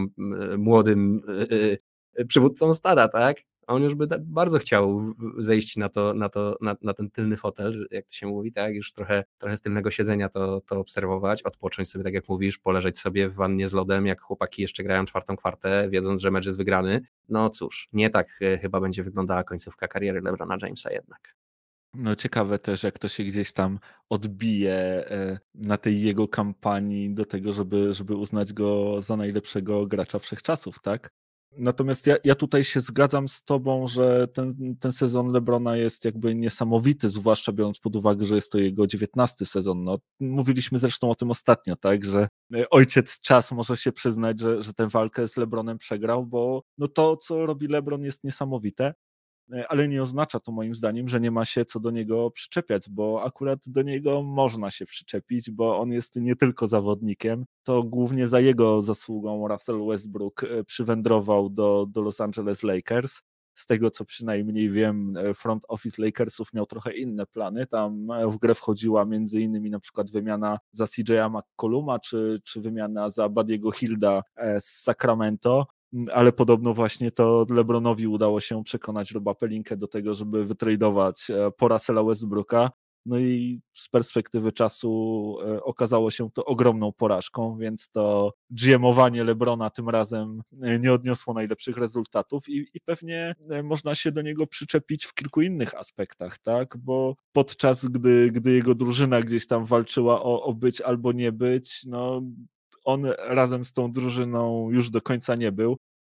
S3: młodym przywódcą stada, tak? On już by bardzo chciał zejść na ten tylny fotel, jak to się mówi, tak? Już trochę z tylnego siedzenia to obserwować, odpocząć sobie, tak jak mówisz, poleżeć sobie w wannie z lodem, jak chłopaki jeszcze grają 4. kwartę, wiedząc, że mecz jest wygrany. No cóż, nie tak chyba będzie wyglądała końcówka kariery LeBrona Jamesa jednak.
S2: No ciekawe też, jak to się gdzieś tam odbije na tej jego kampanii do tego, żeby uznać go za najlepszego gracza wszechczasów, tak? Natomiast ja tutaj się zgadzam z tobą, że ten sezon LeBrona jest jakby niesamowity, zwłaszcza biorąc pod uwagę, że jest to jego 19 sezon. No, mówiliśmy zresztą o tym ostatnio, tak, że ojciec czas może się przyznać, że tę walkę z LeBronem przegrał, bo no to, co robi LeBron, jest niesamowite. Ale nie oznacza to moim zdaniem, że nie ma się co do niego przyczepiać, bo akurat do niego można się przyczepić, bo on jest nie tylko zawodnikiem, to głównie za jego zasługą Russell Westbrook przywędrował do Los Angeles Lakers. Z tego, co przynajmniej wiem, front office Lakersów miał trochę inne plany. Tam w grę wchodziła między innymi na przykład wymiana za CJ'a McColluma, czy wymiana za Buddy'ego Hilda z Sacramento, ale podobno właśnie to LeBronowi udało się przekonać Roba Pelinkę do tego, żeby wytradować po Russella Westbrooka. No i z perspektywy czasu okazało się to ogromną porażką, więc to GM-owanie LeBrona tym razem nie odniosło najlepszych rezultatów i pewnie można się do niego przyczepić w kilku innych aspektach, tak? Bo podczas gdy jego drużyna gdzieś tam walczyła o być albo nie być, no on razem z tą drużyną już do końca nie był.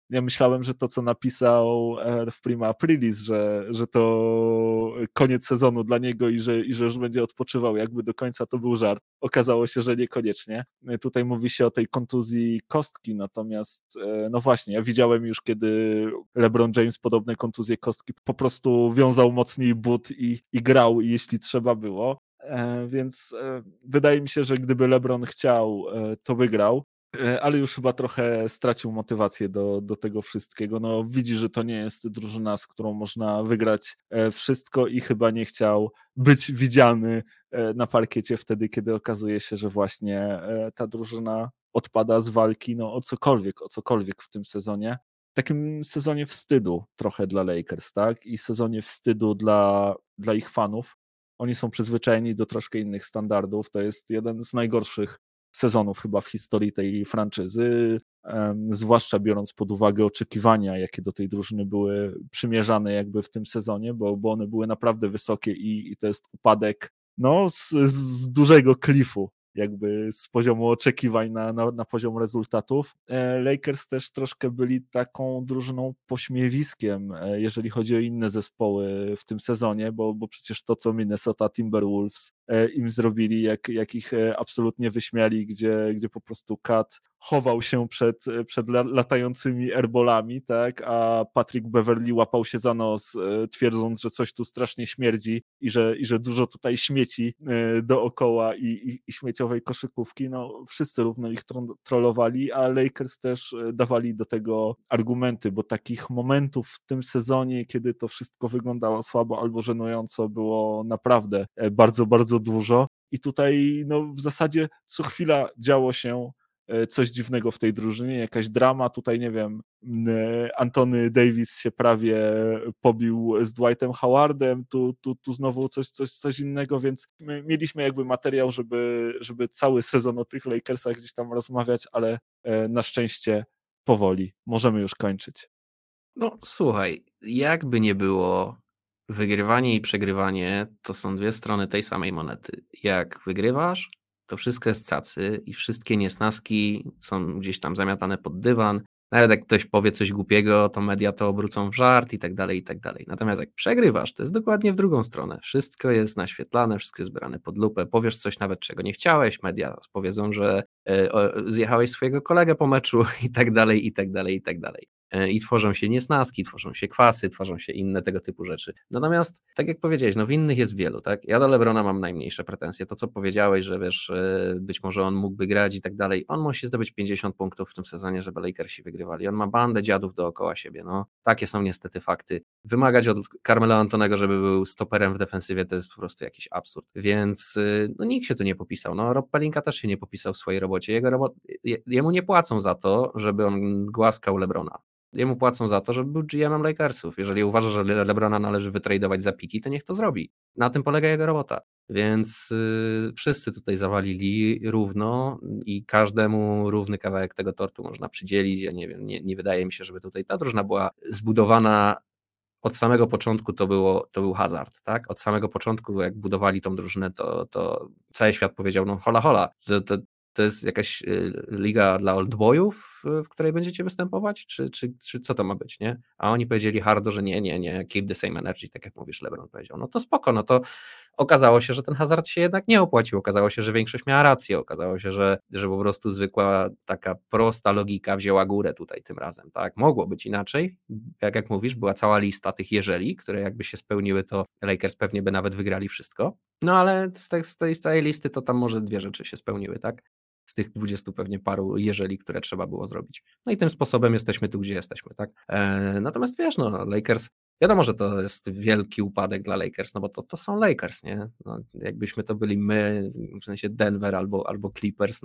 S2: Ja myślałem, że to, co napisał w Prima Aprilis, że to koniec sezonu dla niego i że już będzie odpoczywał jakby do końca, to był żart. Okazało się, że niekoniecznie. Tutaj mówi się o tej kontuzji kostki, natomiast no właśnie, ja widziałem już, kiedy LeBron James podobne kontuzje kostki po prostu wiązał mocniej but i grał, jeśli trzeba było. Więc wydaje mi się, że gdyby LeBron chciał, to wygrał, ale już chyba trochę stracił motywację do tego wszystkiego. No, widzi, że to nie jest drużyna, z którą można wygrać wszystko i chyba nie chciał być widziany na parkiecie wtedy, kiedy okazuje się, że właśnie ta drużyna odpada z walki o cokolwiek w tym sezonie. W takim sezonie wstydu trochę dla Lakers, tak? I sezonie wstydu dla ich fanów. Oni są przyzwyczajeni do troszkę innych standardów. To jest jeden z najgorszych sezonów chyba w historii tej franczyzy, zwłaszcza biorąc pod uwagę oczekiwania, jakie do tej drużyny były przymierzane jakby w tym sezonie, bo one były naprawdę wysokie i to jest upadek z dużego klifu jakby z poziomu oczekiwań na poziom rezultatów. Lakers też troszkę byli taką drużyną pośmiewiskiem, jeżeli chodzi o inne zespoły w tym sezonie, bo przecież to, co Minnesota Timberwolves im zrobili, jak ich absolutnie wyśmiali, gdzie po prostu Kat chował się przed latającymi airbolami, tak, a Patrick Beverley łapał się za nos, twierdząc, że coś tu strasznie śmierdzi i że dużo tutaj śmieci dookoła i śmieciowej koszykówki. No, wszyscy równo ich trollowali, a Lakers też dawali do tego argumenty, bo takich momentów w tym sezonie, kiedy to wszystko wyglądało słabo albo żenująco, było naprawdę bardzo, bardzo dużo. I tutaj w zasadzie co chwila działo się coś dziwnego w tej drużynie, jakaś drama, tutaj nie wiem, Anthony Davis się prawie pobił z Dwightem Howardem, tu znowu coś innego, więc my mieliśmy jakby materiał, żeby cały sezon o tych Lakersach gdzieś tam rozmawiać, ale na szczęście powoli. Możemy już kończyć.
S3: No słuchaj, jakby nie było, wygrywanie i przegrywanie to są dwie strony tej samej monety. Jak wygrywasz, to wszystko jest cacy i wszystkie niesnaski są gdzieś tam zamiatane pod dywan. Nawet jak ktoś powie coś głupiego, to media to obrócą w żart i tak dalej, i tak dalej. Natomiast jak przegrywasz, to jest dokładnie w drugą stronę. Wszystko jest naświetlane, wszystko jest brane pod lupę. Powiesz coś nawet, czego nie chciałeś, media powiedzą, że zjechałeś swojego kolegę po meczu i tak dalej, i tak dalej, i tak dalej. I tworzą się niesnaski, tworzą się kwasy, tworzą się inne tego typu rzeczy. Natomiast, tak jak powiedziałeś, winnych jest wielu, tak? Ja do LeBrona mam najmniejsze pretensje. To, co powiedziałeś, że wiesz, być może on mógłby grać i tak dalej, on musi zdobyć 50 punktów w tym sezonie, żeby Lakersi wygrywali. On ma bandę dziadów dookoła siebie, Takie są niestety fakty. Wymagać od Carmelo Antonego, żeby był stoperem w defensywie, to jest po prostu jakiś absurd. Więc nikt się tu nie popisał. Rob Pelinka też się nie popisał w swojej robocie. Jemu nie płacą za to, żeby on głaskał LeBrona. Jemu płacą za to, żeby był GM-em Lakersów. Jeżeli uważa, że LeBrona należy wytradować za piki, to niech to zrobi. Na tym polega jego robota. Więc wszyscy tutaj zawalili równo i każdemu równy kawałek tego tortu można przydzielić. Ja nie wiem, nie wydaje mi się, żeby tutaj ta drużyna była zbudowana od samego początku, to był hazard, tak? Od samego początku, jak budowali tą drużynę, to cały świat powiedział, hola, to jest jakaś liga dla oldboyów, w której będziecie występować? Czy co to ma być, nie? A oni powiedzieli hardo, że nie, keep the same energy, tak jak mówisz, LeBron powiedział. No to spoko, to okazało się, że ten hazard się jednak nie opłacił. Okazało się, że większość miała rację. Okazało się, że po prostu zwykła, taka prosta logika wzięła górę tutaj tym razem, tak? Mogło być inaczej. Jak mówisz, była cała lista tych jeżeli, które jakby się spełniły, to Lakers pewnie by nawet wygrali wszystko. Ale z tej listy to tam może dwie rzeczy się spełniły, tak? Z tych 20 pewnie paru jeżeli, które trzeba było zrobić. I tym sposobem jesteśmy tu, gdzie jesteśmy, tak? Natomiast wiesz, Lakers, wiadomo, że to jest wielki upadek dla Lakers, bo to są Lakers, nie? Jakbyśmy to byli my, w sensie Denver albo Clippers,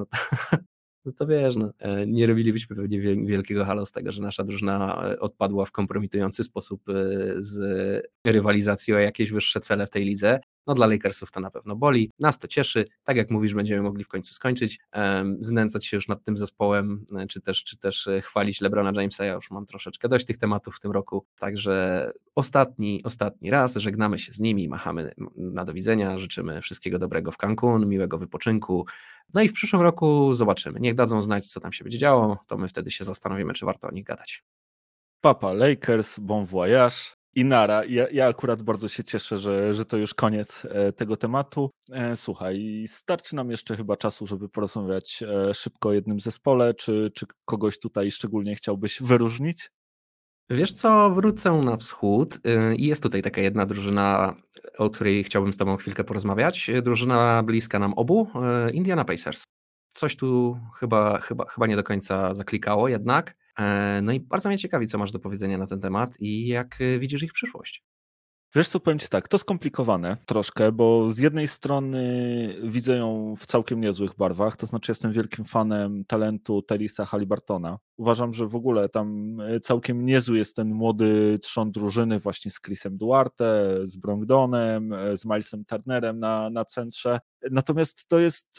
S3: to wiesz, nie robilibyśmy pewnie wielkiego halo z tego, że nasza drużyna odpadła w kompromitujący sposób z rywalizacji o jakieś wyższe cele w tej lidze. Dla Lakersów to na pewno boli, nas to cieszy, tak jak mówisz, będziemy mogli w końcu skończyć, znęcać się już nad tym zespołem, czy też chwalić LeBrona Jamesa, ja już mam troszeczkę dość tych tematów w tym roku, także ostatni raz żegnamy się z nimi, machamy na do widzenia, życzymy wszystkiego dobrego w Cancun, miłego wypoczynku, i w przyszłym roku zobaczymy, niech dadzą znać, co tam się będzie działo, to my wtedy się zastanowimy, czy warto o nich gadać.
S2: Papa Lakers, bon voyage i nara. Ja akurat bardzo się cieszę, że to już koniec tego tematu. Słuchaj, starczy nam jeszcze chyba czasu, żeby porozmawiać szybko o jednym zespole, czy kogoś tutaj szczególnie chciałbyś wyróżnić?
S3: Wiesz co, wrócę na wschód i jest tutaj taka jedna drużyna, o której chciałbym z tobą chwilkę porozmawiać. Drużyna bliska nam obu, Indiana Pacers. Coś tu chyba nie do końca zaklikało jednak. No i bardzo mnie ciekawi, co masz do powiedzenia na ten temat i jak widzisz ich przyszłość.
S2: Wiesz co, powiem ci tak, to skomplikowane troszkę, bo z jednej strony widzę ją w całkiem niezłych barwach, to znaczy jestem wielkim fanem talentu Tyresa Haliburtona. Uważam, że w ogóle tam całkiem niezły jest ten młody trzon drużyny właśnie z Chrisem Duarte, z Brogdonem, z Milesem Turnerem na centrze. Natomiast to jest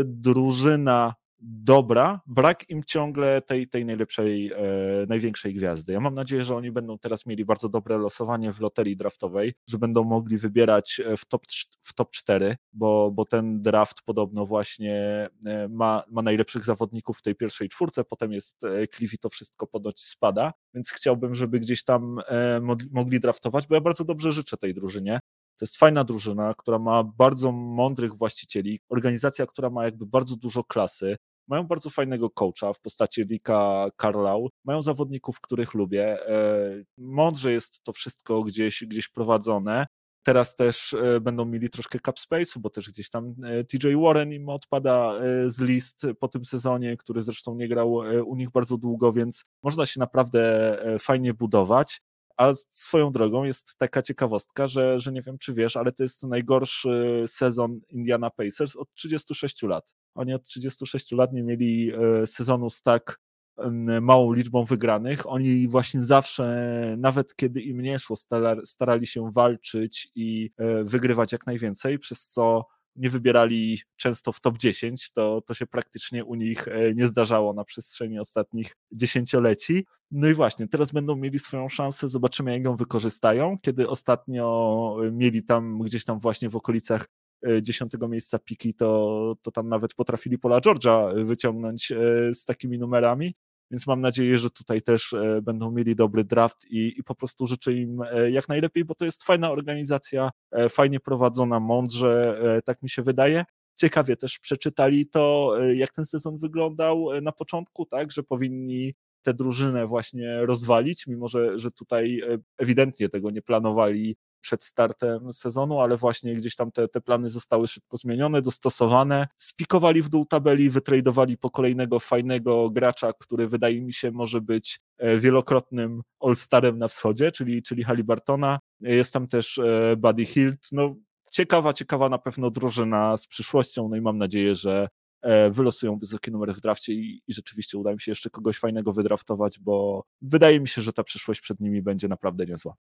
S2: drużyna dobra, brak im ciągle tej najlepszej, największej gwiazdy. Ja mam nadzieję, że oni będą teraz mieli bardzo dobre losowanie w loterii draftowej, że będą mogli wybierać w top 4, bo ten draft podobno właśnie ma najlepszych zawodników w tej pierwszej czwórce, potem jest cliff i to wszystko ponoć spada, więc chciałbym, żeby gdzieś tam mogli draftować, bo ja bardzo dobrze życzę tej drużynie. To jest fajna drużyna, która ma bardzo mądrych właścicieli, organizacja, która ma jakby bardzo dużo klasy, mają bardzo fajnego coacha w postaci Ricka Carlisle, mają zawodników, których lubię, mądrze jest to wszystko gdzieś prowadzone. Teraz też będą mieli troszkę cap space'u, bo też gdzieś tam TJ Warren im odpada z list po tym sezonie, który zresztą nie grał u nich bardzo długo, więc można się naprawdę fajnie budować. A swoją drogą jest taka ciekawostka, że nie wiem, czy wiesz, ale to jest najgorszy sezon Indiana Pacers od 36 lat. Oni od 36 lat nie mieli sezonu z tak małą liczbą wygranych. Oni właśnie zawsze, nawet kiedy im nie szło, starali się walczyć i wygrywać jak najwięcej, przez co nie wybierali często w top 10, to się praktycznie u nich nie zdarzało na przestrzeni ostatnich dziesięcioleci. No i właśnie, teraz będą mieli swoją szansę, zobaczymy jak ją wykorzystają, kiedy ostatnio mieli tam gdzieś tam właśnie w okolicach 10 miejsca piki, to tam nawet potrafili Paula George'a wyciągnąć z takimi numerami, więc mam nadzieję, że tutaj też będą mieli dobry draft i po prostu życzę im jak najlepiej, bo to jest fajna organizacja, fajnie prowadzona, mądrze, tak mi się wydaje. Ciekawie też przeczytali to, jak ten sezon wyglądał na początku, tak, że powinni tę drużynę właśnie rozwalić, mimo że tutaj ewidentnie tego nie planowali przed startem sezonu, ale właśnie gdzieś tam te plany zostały szybko zmienione, dostosowane, spikowali w dół tabeli, wytradowali po kolejnego fajnego gracza, który wydaje mi się może być wielokrotnym all-starem na wschodzie, czyli Haliburtona. Jest tam też Buddy Hield, no ciekawa na pewno drużyna z przyszłością, no i mam nadzieję, że wylosują wysokie numery w drafcie i rzeczywiście uda mi się jeszcze kogoś fajnego wydraftować, bo wydaje mi się, że ta przyszłość przed nimi będzie naprawdę niezła.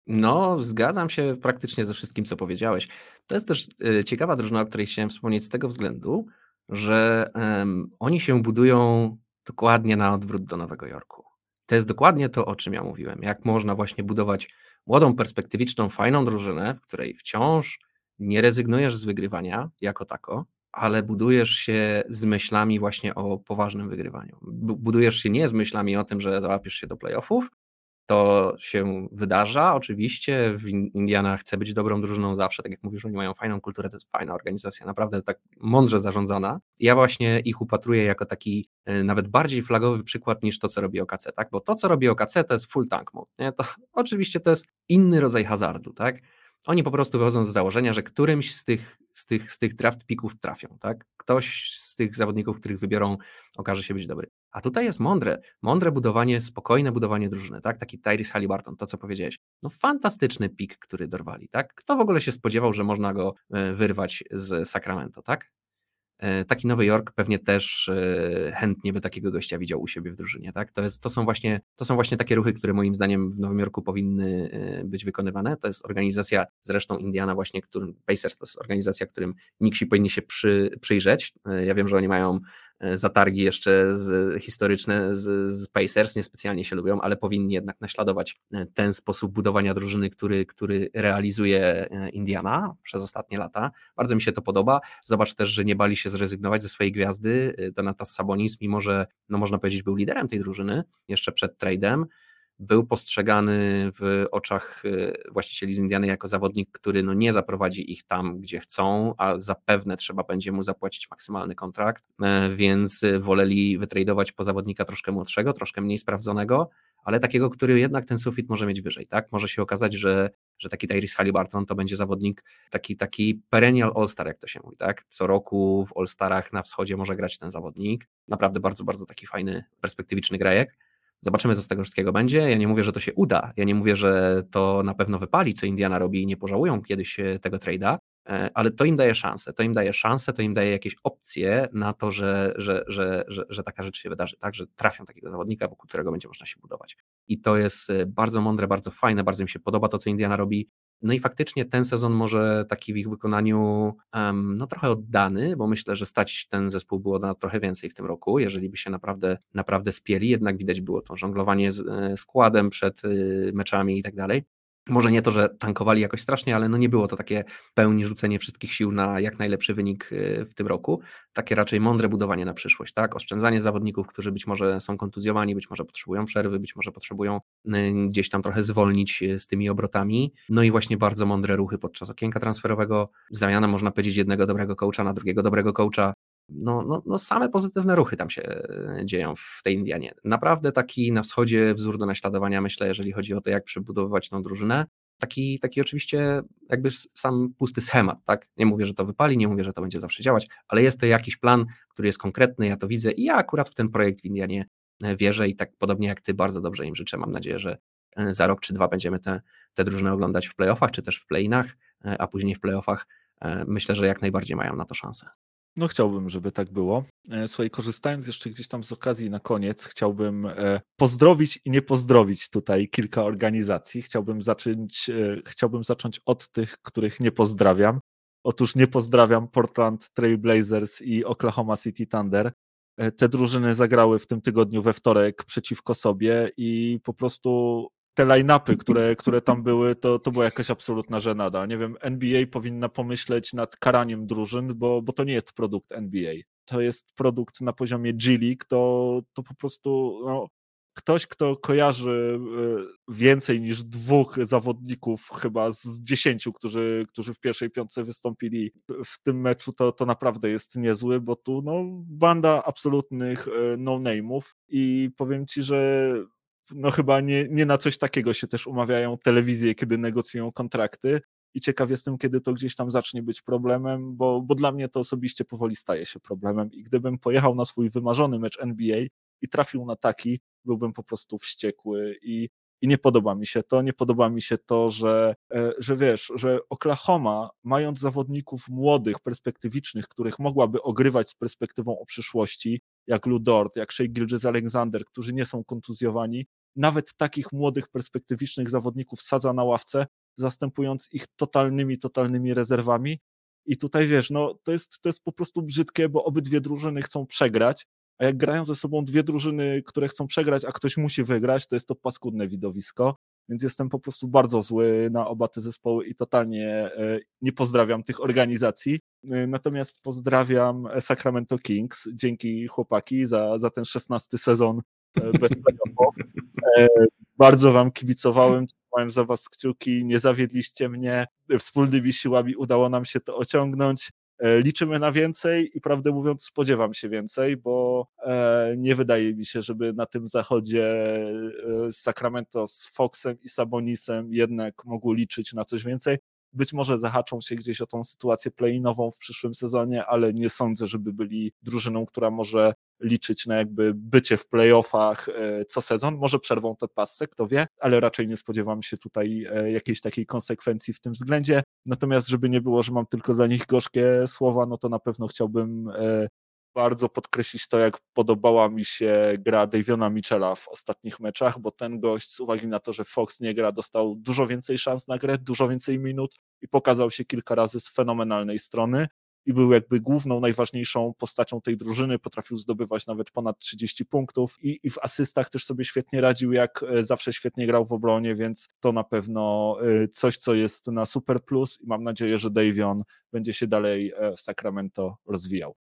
S3: No, zgadzam się praktycznie ze wszystkim, co powiedziałeś. To jest też ciekawa drużyna, o której chciałem wspomnieć z tego względu, że oni się budują dokładnie na odwrót do Nowego Jorku. To jest dokładnie to, o czym ja mówiłem. Jak można właśnie budować młodą, perspektywiczną, fajną drużynę, w której wciąż nie rezygnujesz z wygrywania jako tako, ale budujesz się z myślami właśnie o poważnym wygrywaniu. Budujesz się nie z myślami o tym, że załapiesz się do playoffów. To się wydarza, oczywiście. Indiana chce być dobrą drużyną zawsze, tak jak mówisz, oni mają fajną kulturę, to jest fajna organizacja, naprawdę tak mądrze zarządzana. Ja właśnie ich upatruję jako taki nawet bardziej flagowy przykład niż to, co robi OKC, tak? Bo to, co robi OKC, to jest full tank mode, nie? To oczywiście to jest inny rodzaj hazardu, tak? Oni po prostu wychodzą z założenia, że którymś z tych draft picków trafią, tak? Ktoś z tych zawodników, których wybiorą, okaże się być dobry. A tutaj jest mądre budowanie, spokojne budowanie drużyny, tak? Taki Tyrese Haliburton, to co powiedziałeś. No fantastyczny pik, który dorwali, tak? Kto w ogóle się spodziewał, że można go wyrwać z Sacramento, tak? Taki Nowy Jork pewnie też chętnie by takiego gościa widział u siebie w drużynie, tak? To są właśnie takie ruchy, które moim zdaniem w Nowym Jorku powinny być wykonywane. To jest organizacja, zresztą Indiana właśnie, Pacers to jest organizacja, którym Knicksi powinni się przyjrzeć. Ja wiem, że oni mają zatargi jeszcze historyczne z Pacers, niespecjalnie się lubią, ale powinni jednak naśladować ten sposób budowania drużyny, który realizuje Indiana przez ostatnie lata. Bardzo mi się to podoba. Zobacz też, że nie bali się zrezygnować ze swojej gwiazdy. Donatas Sabonis, mimo że no można powiedzieć był liderem tej drużyny jeszcze przed trade'em, był postrzegany w oczach właścicieli z Indiany jako zawodnik, który no nie zaprowadzi ich tam, gdzie chcą, a zapewne trzeba będzie mu zapłacić maksymalny kontrakt, więc woleli wytradować po zawodnika troszkę młodszego, troszkę mniej sprawdzonego, ale takiego, który jednak ten sufit może mieć wyżej, tak? Może się okazać, że taki Tyrese Haliburton to będzie zawodnik taki perennial All-Star, jak to się mówi, tak? Co roku w All-Starach na wschodzie może grać ten zawodnik. Naprawdę bardzo, bardzo taki fajny, perspektywiczny grajek. Zobaczymy, co z tego wszystkiego będzie. Ja nie mówię, że to się uda. Ja nie mówię, że to na pewno wypali, co Indiana robi i nie pożałują kiedyś tego trade'a, ale to im daje szansę. To im daje jakieś opcje na to, że taka rzecz się wydarzy, tak? Że trafią takiego zawodnika, wokół którego będzie można się budować. I to jest bardzo mądre, bardzo fajne, bardzo mi się podoba to, co Indiana robi. No i faktycznie ten sezon może taki w ich wykonaniu no trochę oddany, bo myślę, że stać ten zespół było na trochę więcej w tym roku, jeżeli by się naprawdę spieli, jednak widać było to żonglowanie składem przed meczami i tak dalej. Może nie to, że tankowali jakoś strasznie, ale no nie było to takie pełni rzucenie wszystkich sił na jak najlepszy wynik w tym roku. Takie raczej mądre budowanie na przyszłość, tak? Oszczędzanie zawodników, którzy być może są kontuzjowani, być może potrzebują przerwy, być może potrzebują gdzieś tam trochę zwolnić z tymi obrotami. No i właśnie bardzo mądre ruchy podczas okienka transferowego. Zamiana, można powiedzieć, jednego dobrego coacha na drugiego dobrego coacha. No same pozytywne ruchy tam się dzieją w tej Indianie. Naprawdę taki na wschodzie wzór do naśladowania, myślę, jeżeli chodzi o to, jak przebudowywać tą drużynę. Taki oczywiście jakby sam pusty schemat, tak? Nie mówię, że to wypali, nie mówię, że to będzie zawsze działać, ale jest to jakiś plan, który jest konkretny, ja to widzę i ja akurat w ten projekt w Indianie wierzę i tak podobnie jak ty bardzo dobrze im życzę. Mam nadzieję, że za rok czy dwa będziemy te drużyny oglądać w playoffach, czy też w play-inach, a później w playoffach. Myślę, że jak najbardziej mają na to szansę.
S2: No chciałbym, żeby tak było. Słuchaj, korzystając jeszcze gdzieś tam z okazji na koniec, chciałbym pozdrowić i nie pozdrowić tutaj kilka organizacji. Chciałbym zacząć od tych, których nie pozdrawiam. Otóż nie pozdrawiam Portland Trail Blazers i Oklahoma City Thunder. Te drużyny zagrały w tym tygodniu we wtorek przeciwko sobie i po prostu te line-upy, które tam były, to była jakaś absolutna żenada. Nie wiem, NBA powinna pomyśleć nad karaniem drużyn, bo to nie jest produkt NBA. To jest produkt na poziomie G League, to po prostu no, ktoś, kto kojarzy więcej niż 2 zawodników chyba z 10, którzy w pierwszej piątce wystąpili w tym meczu, to naprawdę jest niezły, bo tu no, banda absolutnych no-name'ów i powiem ci, że no chyba nie na coś takiego się też umawiają telewizje, kiedy negocjują kontrakty i ciekaw jestem, kiedy to gdzieś tam zacznie być problemem, bo dla mnie to osobiście powoli staje się problemem i gdybym pojechał na swój wymarzony mecz NBA i trafił na taki, byłbym po prostu wściekły i nie podoba mi się to, że wiesz, że Oklahoma, mając zawodników młodych, perspektywicznych, których mogłaby ogrywać z perspektywą o przyszłości, jak Lu Dort, jak Shai Gilgeous-Alexander, którzy nie są kontuzjowani, nawet takich młodych, perspektywicznych zawodników sadza na ławce, zastępując ich totalnymi rezerwami. I tutaj wiesz, no to jest po prostu brzydkie, bo obydwie drużyny chcą przegrać, a jak grają ze sobą dwie drużyny, które chcą przegrać, a ktoś musi wygrać, to jest to paskudne widowisko. Więc jestem po prostu bardzo zły na oba te zespoły i totalnie nie pozdrawiam tych organizacji. Natomiast pozdrawiam Sacramento Kings. Dzięki chłopaki za ten 16 sezon bez playoffów. Bardzo wam kibicowałem, trzymałem za was kciuki, nie zawiedliście mnie. Wspólnymi siłami udało nam się to osiągnąć. Liczymy na więcej i prawdę mówiąc spodziewam się więcej, bo nie wydaje mi się, żeby na tym zachodzie Sacramento z Foxem i Sabonisem jednak mogło liczyć na coś więcej. Być może zahaczą się gdzieś o tą sytuację play-inową w przyszłym sezonie, ale nie sądzę, żeby byli drużyną, która może liczyć na jakby bycie w play-offach co sezon. Może przerwą tę pasę, kto wie, ale raczej nie spodziewam się tutaj jakiejś takiej konsekwencji w tym względzie. Natomiast żeby nie było, że mam tylko dla nich gorzkie słowa, no to na pewno chciałbym bardzo podkreślić to, jak podobała mi się gra Daviona Mitchella w ostatnich meczach, bo ten gość z uwagi na to, że Fox nie gra, dostał dużo więcej szans na grę, dużo więcej minut i pokazał się kilka razy z fenomenalnej strony i był jakby główną, najważniejszą postacią tej drużyny, potrafił zdobywać nawet ponad 30 punktów i w asystach też sobie świetnie radził, jak zawsze świetnie grał w obronie, więc to na pewno coś, co jest na super plus i mam nadzieję, że Davion będzie się dalej w Sacramento rozwijał.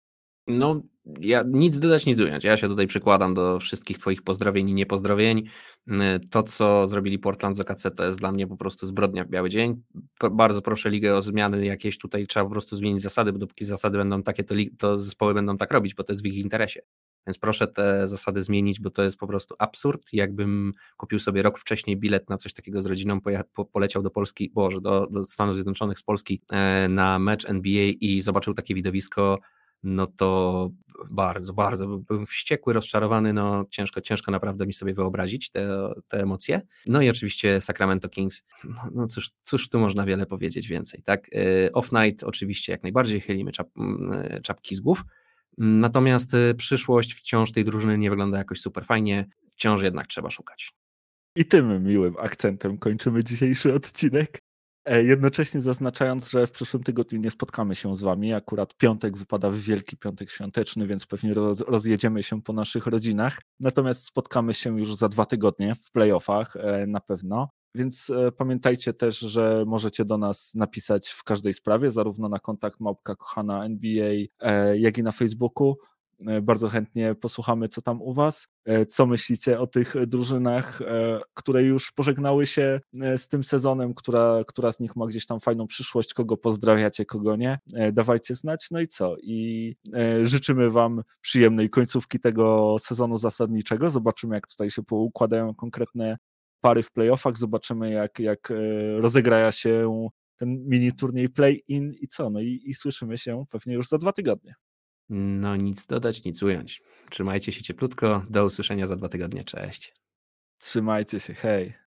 S3: No, ja nic dodać, nic ująć. Ja się tutaj przykładam do wszystkich twoich pozdrowień i niepozdrowień. To, co zrobili Portland z OKC, to jest dla mnie po prostu zbrodnia w biały dzień. Bardzo proszę ligę o zmiany jakieś tutaj, trzeba po prostu zmienić zasady, bo dopóki zasady będą takie, to zespoły będą tak robić, bo to jest w ich interesie. Więc proszę te zasady zmienić, bo to jest po prostu absurd. Jakbym kupił sobie rok wcześniej bilet na coś takiego z rodziną, poleciał do Polski, do Stanów Zjednoczonych z Polski na mecz NBA i zobaczył takie widowisko, no to bardzo, bardzo byłem wściekły, rozczarowany, no ciężko naprawdę mi sobie wyobrazić te emocje. No i oczywiście Sacramento Kings, no cóż tu można wiele powiedzieć więcej, tak? Off Night oczywiście jak najbardziej, chylimy czapki z głów, natomiast przyszłość wciąż tej drużyny nie wygląda jakoś super fajnie, wciąż jednak trzeba szukać.
S2: I tym miłym akcentem kończymy dzisiejszy odcinek. Jednocześnie zaznaczając, że w przyszłym tygodniu nie spotkamy się z wami. Akurat piątek wypada w Wielki Piątek Świąteczny, więc pewnie rozjedziemy się po naszych rodzinach. Natomiast spotkamy się już za 2 tygodnie w playoffach na pewno. Więc pamiętajcie też, że możecie do nas napisać w każdej sprawie, zarówno na kontakt @kochana NBA, jak i na Facebooku. Bardzo chętnie posłuchamy, co tam u was. Co myślicie o tych drużynach, które już pożegnały się z tym sezonem, która z nich ma gdzieś tam fajną przyszłość, kogo pozdrawiacie, kogo nie. Dawajcie znać, no i co? I życzymy wam przyjemnej końcówki tego sezonu zasadniczego. Zobaczymy, jak tutaj się poukładają konkretne pary w playoffach, zobaczymy, jak rozegraja się ten mini turniej play-in i co? No i słyszymy się pewnie już za 2 tygodnie.
S3: No nic dodać, nic ująć. Trzymajcie się cieplutko, do usłyszenia za 2 tygodnie, cześć.
S2: Trzymajcie się, hej.